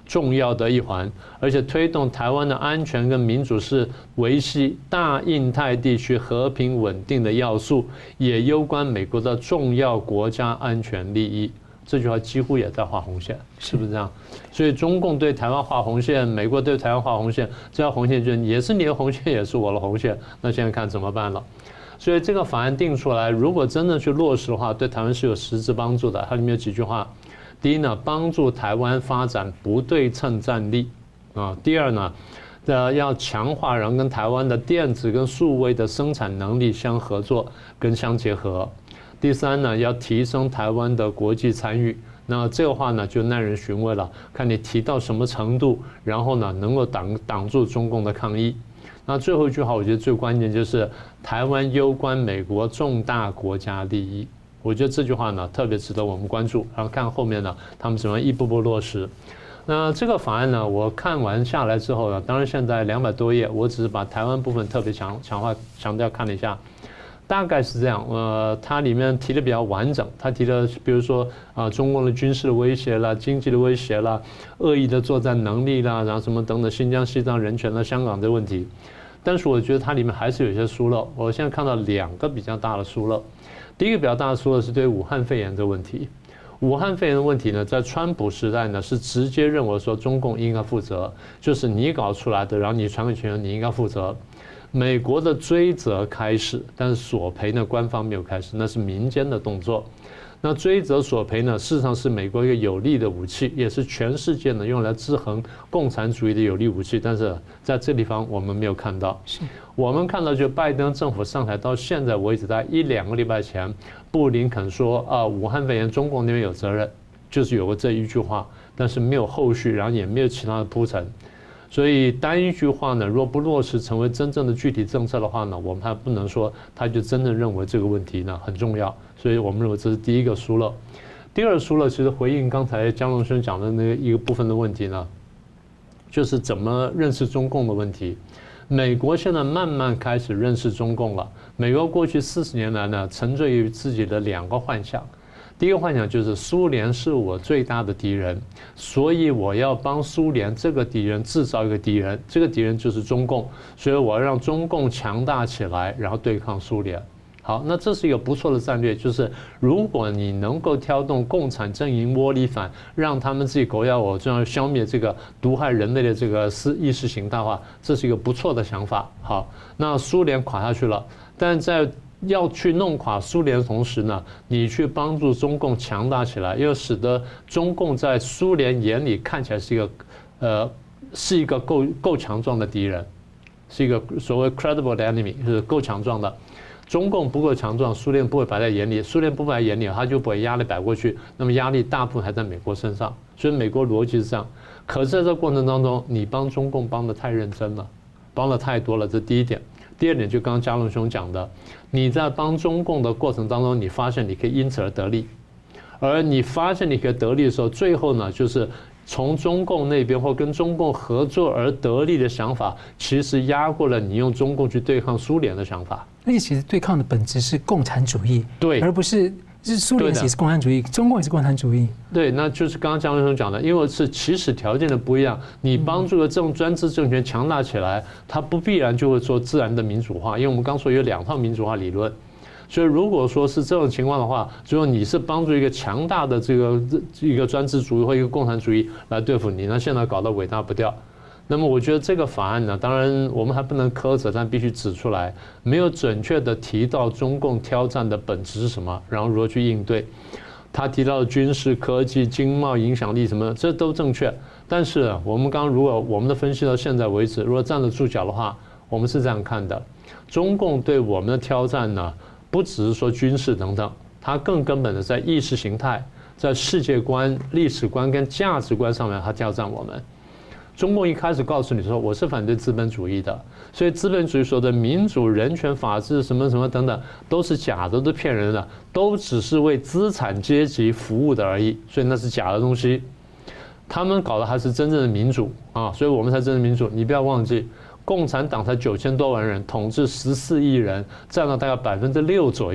重要的一环，而且推动台湾的安全跟民主是维系大印太地区和平稳定的要素，也攸关美国的重要国家安全利益。这句话几乎也在画红线，是不是这样？所以中共对台湾画红线，美国对台湾画红线，这条红线就也是你的红线，也是我的红线。那现在看怎么办了？所以这个法案定出来，如果真的去落实的话，对台湾是有实质帮助的。它里面有几句话：第一呢，帮助台湾发展不对称战力啊；第二呢，呃，要强化然后跟台湾的电子跟数位的生产能力相合作跟相结合。第三呢，要提升台湾的国际参与。那这个话呢，就耐人寻味了，看你提到什么程度，然后呢，能够挡挡住中共的抗议。那最后一句话，我觉得最关键就是台湾攸关美国重大国家利益。我觉得这句话呢，特别值得我们关注。然后看后面呢，他们怎么一步步落实。那这个法案呢，我看完下来之后呢，当然现在两百多页，我只是把台湾部分特别强强化强调看了一下。大概是这样，呃，它里面提的比较完整，它提的比如说啊、呃，中共的军事的威胁啦、经济的威胁啦、恶意的作战能力啦，然后什么等等，新疆、西藏人权啦、香港的问题。但是我觉得它里面还是有一些疏漏，我现在看到两个比较大的疏漏。第一个比较大的疏漏是对武汉肺炎的问题。武汉肺炎的问题呢，在川普时代呢是直接认为说中共应该负责，就是你搞出来的，然后你传给全球，你应该负责。美国的追责开始，但是索赔呢，官方没有开始，那是民间的动作。那追责索赔呢，事实上是美国一个有力的武器，也是全世界呢用来制衡共产主义的有力武器。但是在这地方我们没有看到，我们看到就拜登政府上台到现在为止，在一两个礼拜前，布林肯说啊，武汉肺炎中共那边有责任，就是有个这一句话，但是没有后续，然后也没有其他的铺陈。所以单一句话呢，若不落实成为真正的具体政策的话呢，我们还不能说他就真正认为这个问题呢很重要。所以我们认为这是第一个疏漏。第二疏漏，其实回应刚才江龙兄讲的那个一个部分的问题呢，就是怎么认识中共的问题。美国现在慢慢开始认识中共了。美国过去四十年来呢，沉醉于自己的两个幻想。第一个幻想就是苏联是我最大的敌人，所以我要帮苏联这个敌人制造一个敌人，这个敌人就是中共，所以我要让中共强大起来，然后对抗苏联。好，那这是一个不错的战略，就是如果你能够挑动共产阵营窝里反，让他们自己狗咬我，这样消灭这个毒害人类的这个意识形态的话，这是一个不错的想法。好，那苏联垮下去了，但在要去弄垮苏联的同时呢，你去帮助中共强大起来，又使得中共在苏联眼里看起来是一个，呃，是一个够够强壮的敌人，是一个所谓 credible enemy， 是够强壮的。中共不够强壮，苏联不会摆在眼里，苏联不摆在眼里，他就把压力摆过去，那么压力大部分还在美国身上，所以美国逻辑是这样。可是在这个过程当中，你帮中共帮得太认真了，帮了太多了，这第一点。第二点就刚刚嘉龙兄讲的，你在帮中共的过程当中，你发现你可以因此而得利，而你发现你可以得利的时候，最后呢就是从中共那边或跟中共合作而得利的想法，其实压过了你用中共去对抗苏联的想法。 而且其实对抗的本质是共产主义， 对， 而不是是苏联也是共产主义，中共也是共产主义。 对，那就是刚刚江先生讲的，因为是起始条件的不一样，你帮助了这种专制政权强大起来，它不必然就会做自然的民主化，因为我们刚说有两套民主化理论。所以如果说是这种情况的话，只有你是帮助一个强大的这个一个专制主义或一个共产主义来对付你，那现在搞得尾大不掉。那么我觉得这个法案呢，当然我们还不能苛责，但必须指出来，没有准确的提到中共挑战的本质是什么，然后如何去应对。他提到的军事、科技、经贸影响力什么，这都正确。但是我们刚刚如果我们的分析到现在为止，如果站得住脚的话，我们是这样看的：中共对我们的挑战呢，不只是说军事等等，它更根本的在意识形态、在世界观、历史观跟价值观上面，它挑战我们。中共一开始告诉你说我是反对资本主义的，所以资本主义说的民主、人权、法治什么什么等等都是假的，都是骗人的，都只是为资产阶级服务的而已，所以那是假的东西。他们搞的还是真正的民主啊，所以我们才真正的民主。你不要忘记，共产党才九千多万人，统治十四亿人，占了大概百分之六左右。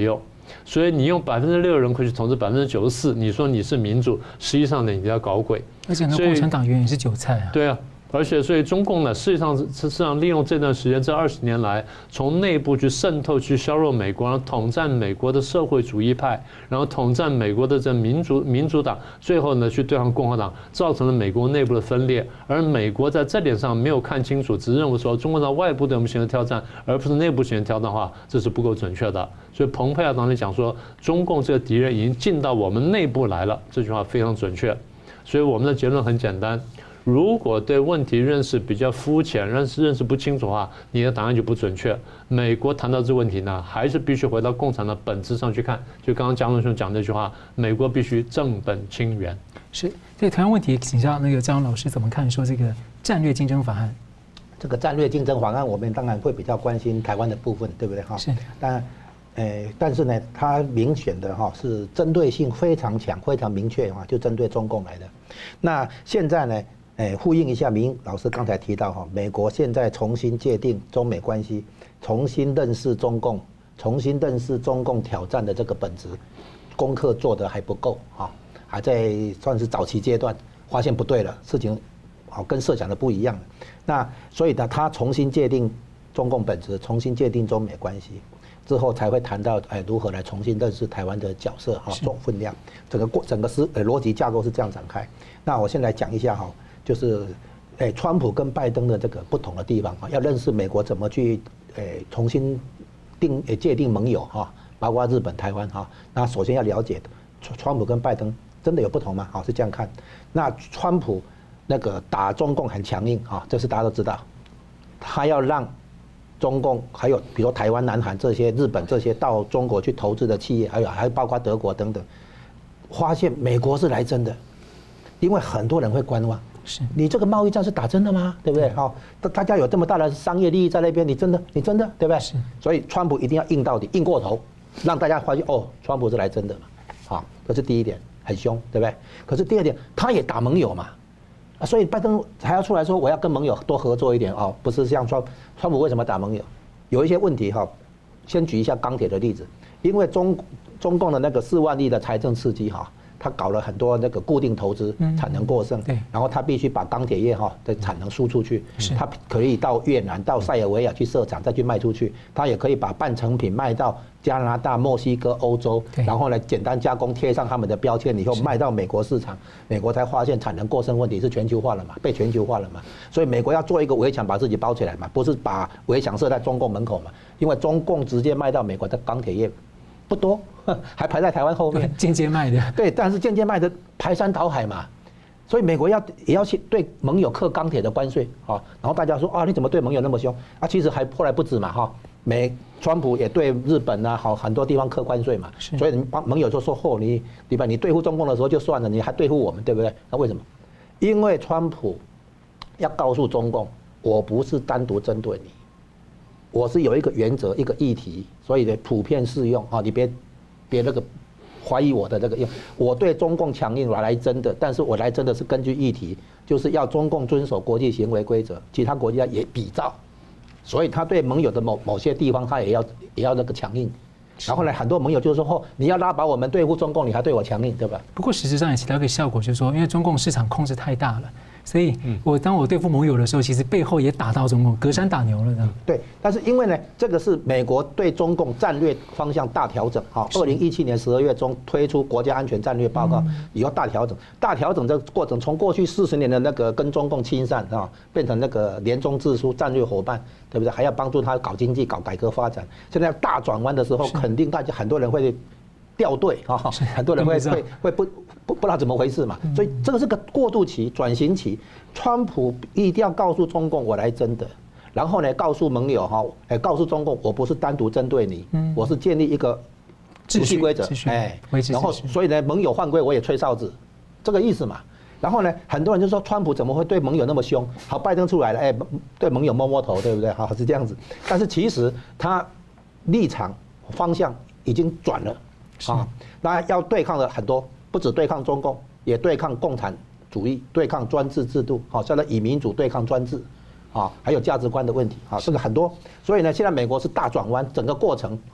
所以你用百分之六人口去统治百分之九十四，你说你是民主，实际上呢你要搞鬼。 而且呢，共产党员也是韭菜啊。 对啊。而且，所以中共呢，事实上，事实上利用这段时间，这二十年来，从内部去渗透、去削弱美国，然后统战美国的社会主义派，然后统战美国的这民主民主党，最后呢，去对抗共和党，造成了美国内部的分裂。而美国在这点上没有看清楚，只认为说中国在外部对我们形成挑战，而不是内部形成挑战的话，这是不够准确的。所以，蓬佩奥当时讲说，中共这个敌人已经进到我们内部来了，这句话非常准确。所以，我们的结论很简单。如果对问题认识比较肤浅，认识认识不清楚的话，你的答案就不准确。美国谈到这个问题呢，还是必须回到共产的本质上去看。就刚刚江伦兄讲那句话，美国必须正本清源。 是，所以同样问题，请教那个张老师怎么看？说这个战略竞争法案， 这个战略竞争法案，我们当然会比较关心台湾的部分，对不对哈？ 是。 但，呃，但是呢，它明显的哈是针对性非常强、非常明确哈，就针对中共来的。那现在呢？哎，呼应一下明老师刚才提到哈，美国现在重新界定中美关系，重新认识中共，重新认识中共挑战的这个本质，功课做得还不够哈，还在算是早期阶段，发现不对了，事情好跟设想的不一样了。那所以呢，他重新界定中共本质，重新界定中美关系之后，才会谈到哎如何来重新认识台湾的角色哈，重分量，整个过整个思呃逻辑架构是这样展开。那我先来讲一下哈。就是，诶，川普跟拜登的这个不同的地方啊，要认识美国怎么去，诶，重新定诶界定盟友哈，包括日本、台湾哈。那首先要了解，川川普跟拜登真的有不同吗？好，是这样看。那川普那个打中共很强硬啊，这是大家都知道，他要让中共还有比如台湾、南韩这些、日本这些到中国去投资的企业，还有还包括德国等等，发现美国是来真的，因为很多人会观望。是你这个贸易战是打真的吗？对不对？好，大家有这么大的商业利益在那边，你真的，你真的，对不对？是。所以川普一定要硬到底，硬过头，让大家发现哦，川普是来真的嘛。好，这是第一点，很凶，对不对？可是第二点，他也打盟友嘛，啊，所以拜登还要出来说我要跟盟友多合作一点哦，不是像川川普为什么打盟友？有一些问题哈，先举一下钢铁的例子，因为中中共的那个四万亿的财政刺激哈。他搞了很多那个固定投资，产能过剩，然后他必须把钢铁业哈的产能输出去，他可以到越南、到塞尔维亚去设厂，再去卖出去。他也可以把半成品卖到加拿大、墨西哥、欧洲，然后呢简单加工，贴上他们的标签以后卖到美国市场。美国才发现产能过剩问题是全球化了嘛，被全球化了嘛。所以美国要做一个围墙把自己包起来嘛，不是把围墙设在中共门口嘛，因为中共直接卖到美国的钢铁业。不多，还排在台湾后面， 间接卖的。 对，但是间接卖的排山倒海嘛，所以美国要也要去对盟友课钢铁的关税啊，然后大家说啊，你怎么对盟友那么凶啊？其实还后来不止嘛哈，美川普也对日本啊好很多地方课关税嘛，所以盟友就说嚯、哦，你对吧？你对付中共的时候就算了，你还对付我们，对不对？那为什么？因为川普要告诉中共，我不是单独针对你。我是有一个原则，一个议题，所以呢普遍适用啊，你别别那个怀疑我的这个，我对中共强硬我来争的，但是我来争的是根据议题，就是要中共遵守国际行为规则，其他国家也比照，所以他对盟友的某某些地方他也要也要那个强硬。然后呢，很多盟友就说：“哦，你要拉拔我们对付中共，你还对我强硬，对吧？” 不过实质上也起到一个效果，就是说，因为中共市场控制太大了。所以，我当我对付盟友的时候，其实背后也打到中共，隔山打牛了呢。 对，但是因为呢，这个是美国对中共战略方向大调整。好，二零一七年十二月中推出国家安全战略报告，以后大调整，大调整这个过程，从过去四十年的那个跟中共亲善啊，变成那个联中制书战略伙伴，对不对？还要帮助他搞经济、搞改革发展。现在大转弯的时候，肯定大家很多人会掉队啊，很多人会会会不。不不知道怎么回事嘛，所以这个是个过渡期、转型期。川普一定要告诉中共我来真的，然后呢，告诉盟友哈，哎，告诉中共我不是单独针对你，我是建立一个游戏规则，哎，然后所以呢，盟友犯规我也吹哨子，这个意思嘛。然后呢，很多人就说川普怎么会对盟友那么凶？好，拜登出来了，哎，对盟友摸摸头，对不对？好，是这样子。但是其实他立场方向已经转了啊，那要对抗了很多。不只对抗中共，也对抗共产主义，对抗专制制度，好，现在以民主对抗专制，啊，还有价值观的问题，啊，这个很多。所以呢，现在美国是大转弯，整个过程，啊，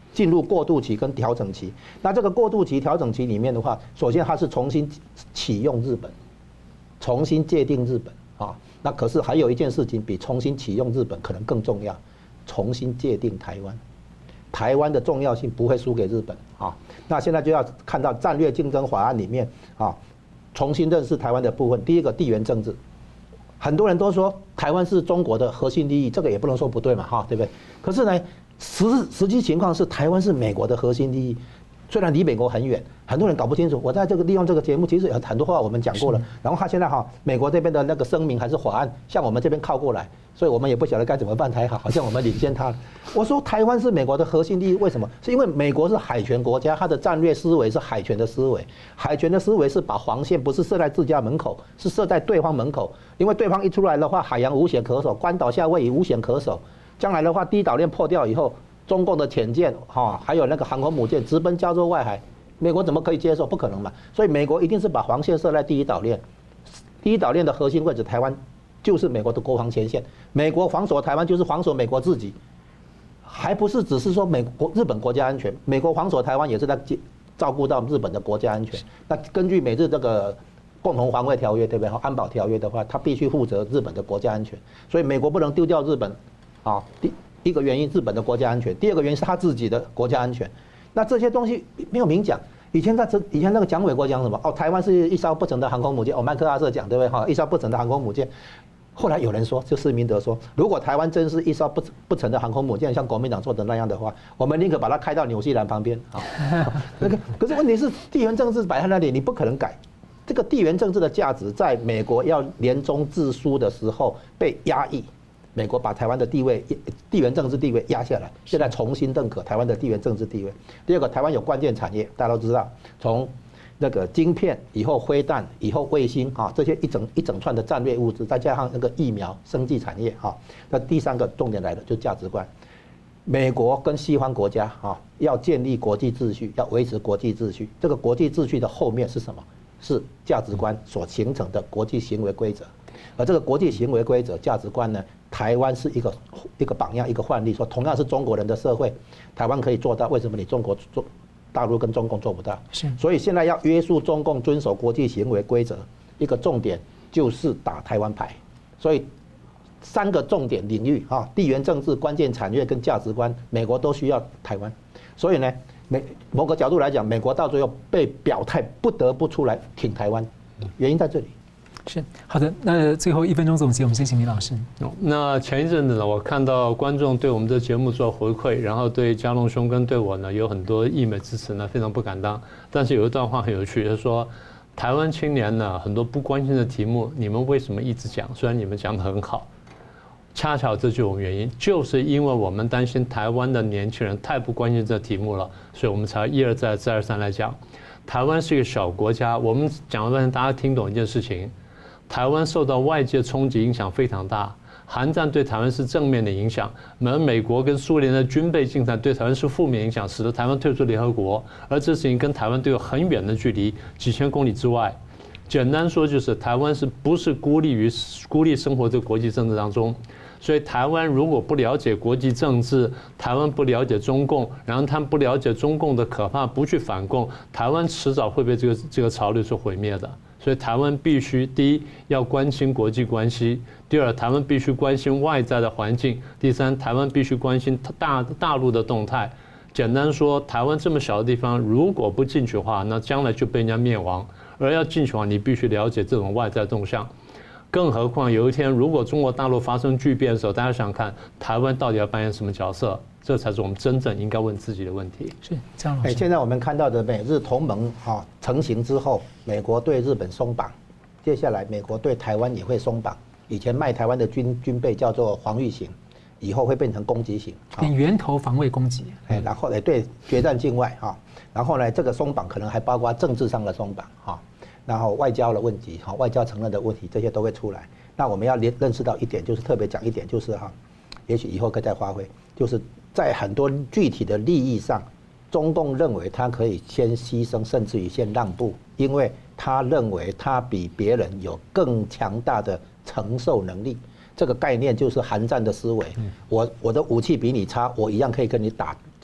进入过渡期跟调整期。那这个过渡期、调整期里面的话，首先它是重新启用日本，重新界定日本啊。那可是还有一件事情比重新启用日本可能更重要，重新界定台湾。台湾的重要性不会输给日本啊。那现在就要看到战略竞争法案里面啊，重新认识台湾的部分。第一个，地缘政治。很多人都说台湾是中国的核心利益，这个也不能说不对嘛，哈，对不对？可是呢，实实际情况是台湾是美国的核心利益，虽然离美国很远，很多人搞不清楚。我在这个利用这个节目，其实有很多话我们讲过了。然后他现在哈，美国这边的那个声明还是法案向我们这边靠过来，所以我们也不晓得该怎么办才好，好像我们领先他。我说台湾是美国的核心利益，为什么？是因为美国是海权国家，它的战略思维是海权的思维。海权的思维是把黄线不是设在自家门口，是设在对方门口。因为对方一出来的话，海洋无险可守，关岛、夏威夷无险可守。将来的话，第一岛链破掉以后，中共的潜舰哈，还有那个航空母舰直奔加州外海，美国怎么可以接受？不可能嘛！所以美国一定是把黄线设在第一岛链，第一岛链的核心位置，台湾就是美国的国防前线。美国防守台湾就是防守美国自己，还不是只是说美国日本国家安全，美国防守台湾也是在照顾到日本的国家安全。那根据美日这个共同防卫条约，对不对？安保条约的话，它必须负责日本的国家安全，所以美国不能丢掉日本啊。第一个原因，日本的国家安全；第二个原因是他自己的国家安全。那这些东西没有明讲。以前在以前那个蒋纬国讲什么？哦，台湾是一艘不成的航空母舰。哦，麦克阿瑟讲对不对？哈，一艘不成的航空母舰。后来有人说，就施明德说，如果台湾真是一艘不不成的航空母舰，像国民党做的那样的话，我们宁可把它开到纽西兰旁边。啊，那个可是问题是地缘政治摆在那里，你不可能改。这个地缘政治的价值，在美国要联中制苏的时候被压抑。美国把台湾的地位、地缘政治地位压下来，现在重新认可台湾的地缘政治地位。第二个，台湾有关键产业，大家都知道，从那个晶片以后飞弹以后卫星啊，这些一整一整串的战略物资，再加上那个疫苗、生技产业啊。那第三个重点来了，就价值观。美国跟西方国家啊，要建立国际秩序，要维持国际秩序。这个国际秩序的后面是什么？是价值观所形成的国际行为规则。而这个国际行为规则、价值观呢，台湾是一个一个榜样、一个范例。说同样是中国人的社会，台湾可以做到，为什么你中国做大陆跟中共做不到？是。所以现在要约束中共遵守国际行为规则，一个重点就是打台湾牌。所以三个重点领域啊，地缘政治、关键产业跟价值观，美国都需要台湾。所以呢，美某个角度来讲，美国到最后被表态不得不出来挺台湾，原因在这里。 是好的，那最后一分钟总结，我们先请李老师。 那前一阵子呢，我看到观众对我们的节目做回馈，然后对嘉龙兄跟对我呢有很多溢美之词呢，非常不敢当。但是有一段话很有趣，就是说台湾青年呢很多不关心的题目，你们为什么一直讲？虽然你们讲得很好，恰巧这就是我们原因，就是因为我们担心台湾的年轻人太不关心这题目了，所以我们才一而再再而三来讲。台湾是一个小国家，我们讲了半天，大家听懂一件事情。台湾受到外界冲击影响非常大，韩战对台湾是正面的影响，而美国跟苏联的军备竞赛对台湾是负面影响，使得台湾退出联合国，而这事情跟台湾都有很远的距离，几千公里之外。简单说就是台湾是不是孤立于孤立生活在国际政治当中？所以台湾如果不了解国际政治，台湾不了解中共，然后他们不了解中共的可怕，不去反共，台湾迟早会被这个这个潮流所毁灭的。所以台湾必须第一要关心国际关系，第二台湾必须关心外在的环境，第三台湾必须关心大大陆的动态。简单说，台湾这么小的地方，如果不进去的话，那将来就被人家灭亡。而要进去的话，你必须了解这种外在动向。更何况有一天，如果中国大陆发生巨变的时候，大家想想看，台湾到底要扮演什么角色？这才是我们真正应该问自己的问题。 是这样。 哎，现在我们看到的美日同盟啊成型之后，美国对日本松绑，接下来美国对台湾也会松绑。以前卖台湾的军军备叫做防御型，以后会变成攻击型， 变源头防卫攻击。 哎，然后呢，对决战境外哈，然后呢，这个松绑可能还包括政治上的松绑哈，然后外交的问题哈，外交承认的问题，这些都会出来。那我们要认识到一点，就是特别讲一点，就是哈，也许以后可以再发挥，就是在很多具体的利益上，中共认为他可以先牺牲，甚至于先让步，因为他认为他比别人有更强大的承受能力。这个概念就是韩战的思维，我我的武器比你差，我一样可以跟你打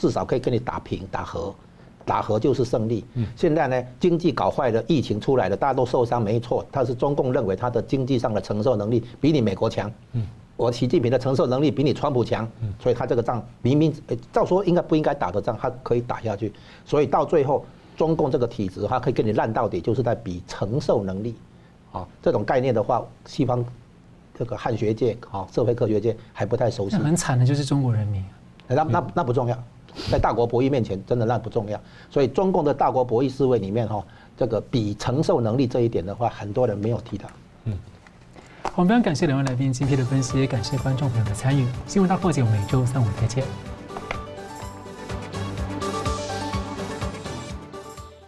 至少可以跟你打平打和，打和就是胜利。现在呢，经济搞坏了，疫情出来了，大家都受伤，没错。但是中共认为他的经济上的承受能力比你美国强。我习近平的承受能力比你川普强，所以他这个仗明明照说应该不应该打的仗，他可以打下去。所以到最后，中共这个体制，他可以跟你烂到底，就是在比承受能力。啊，这种概念的话，西方这个汉学界、啊社会科学界还不太熟悉。 很惨的就是中国人民。 那那那不重要，在大国博弈面前，真的那不重要。所以中共的大国博弈思维里面，哈，这个比承受能力这一点的话，很多人没有提到。嗯。 我们非常感谢两位来宾精辟的分析，也感谢观众朋友的参与。新闻大破解，每周三五再见。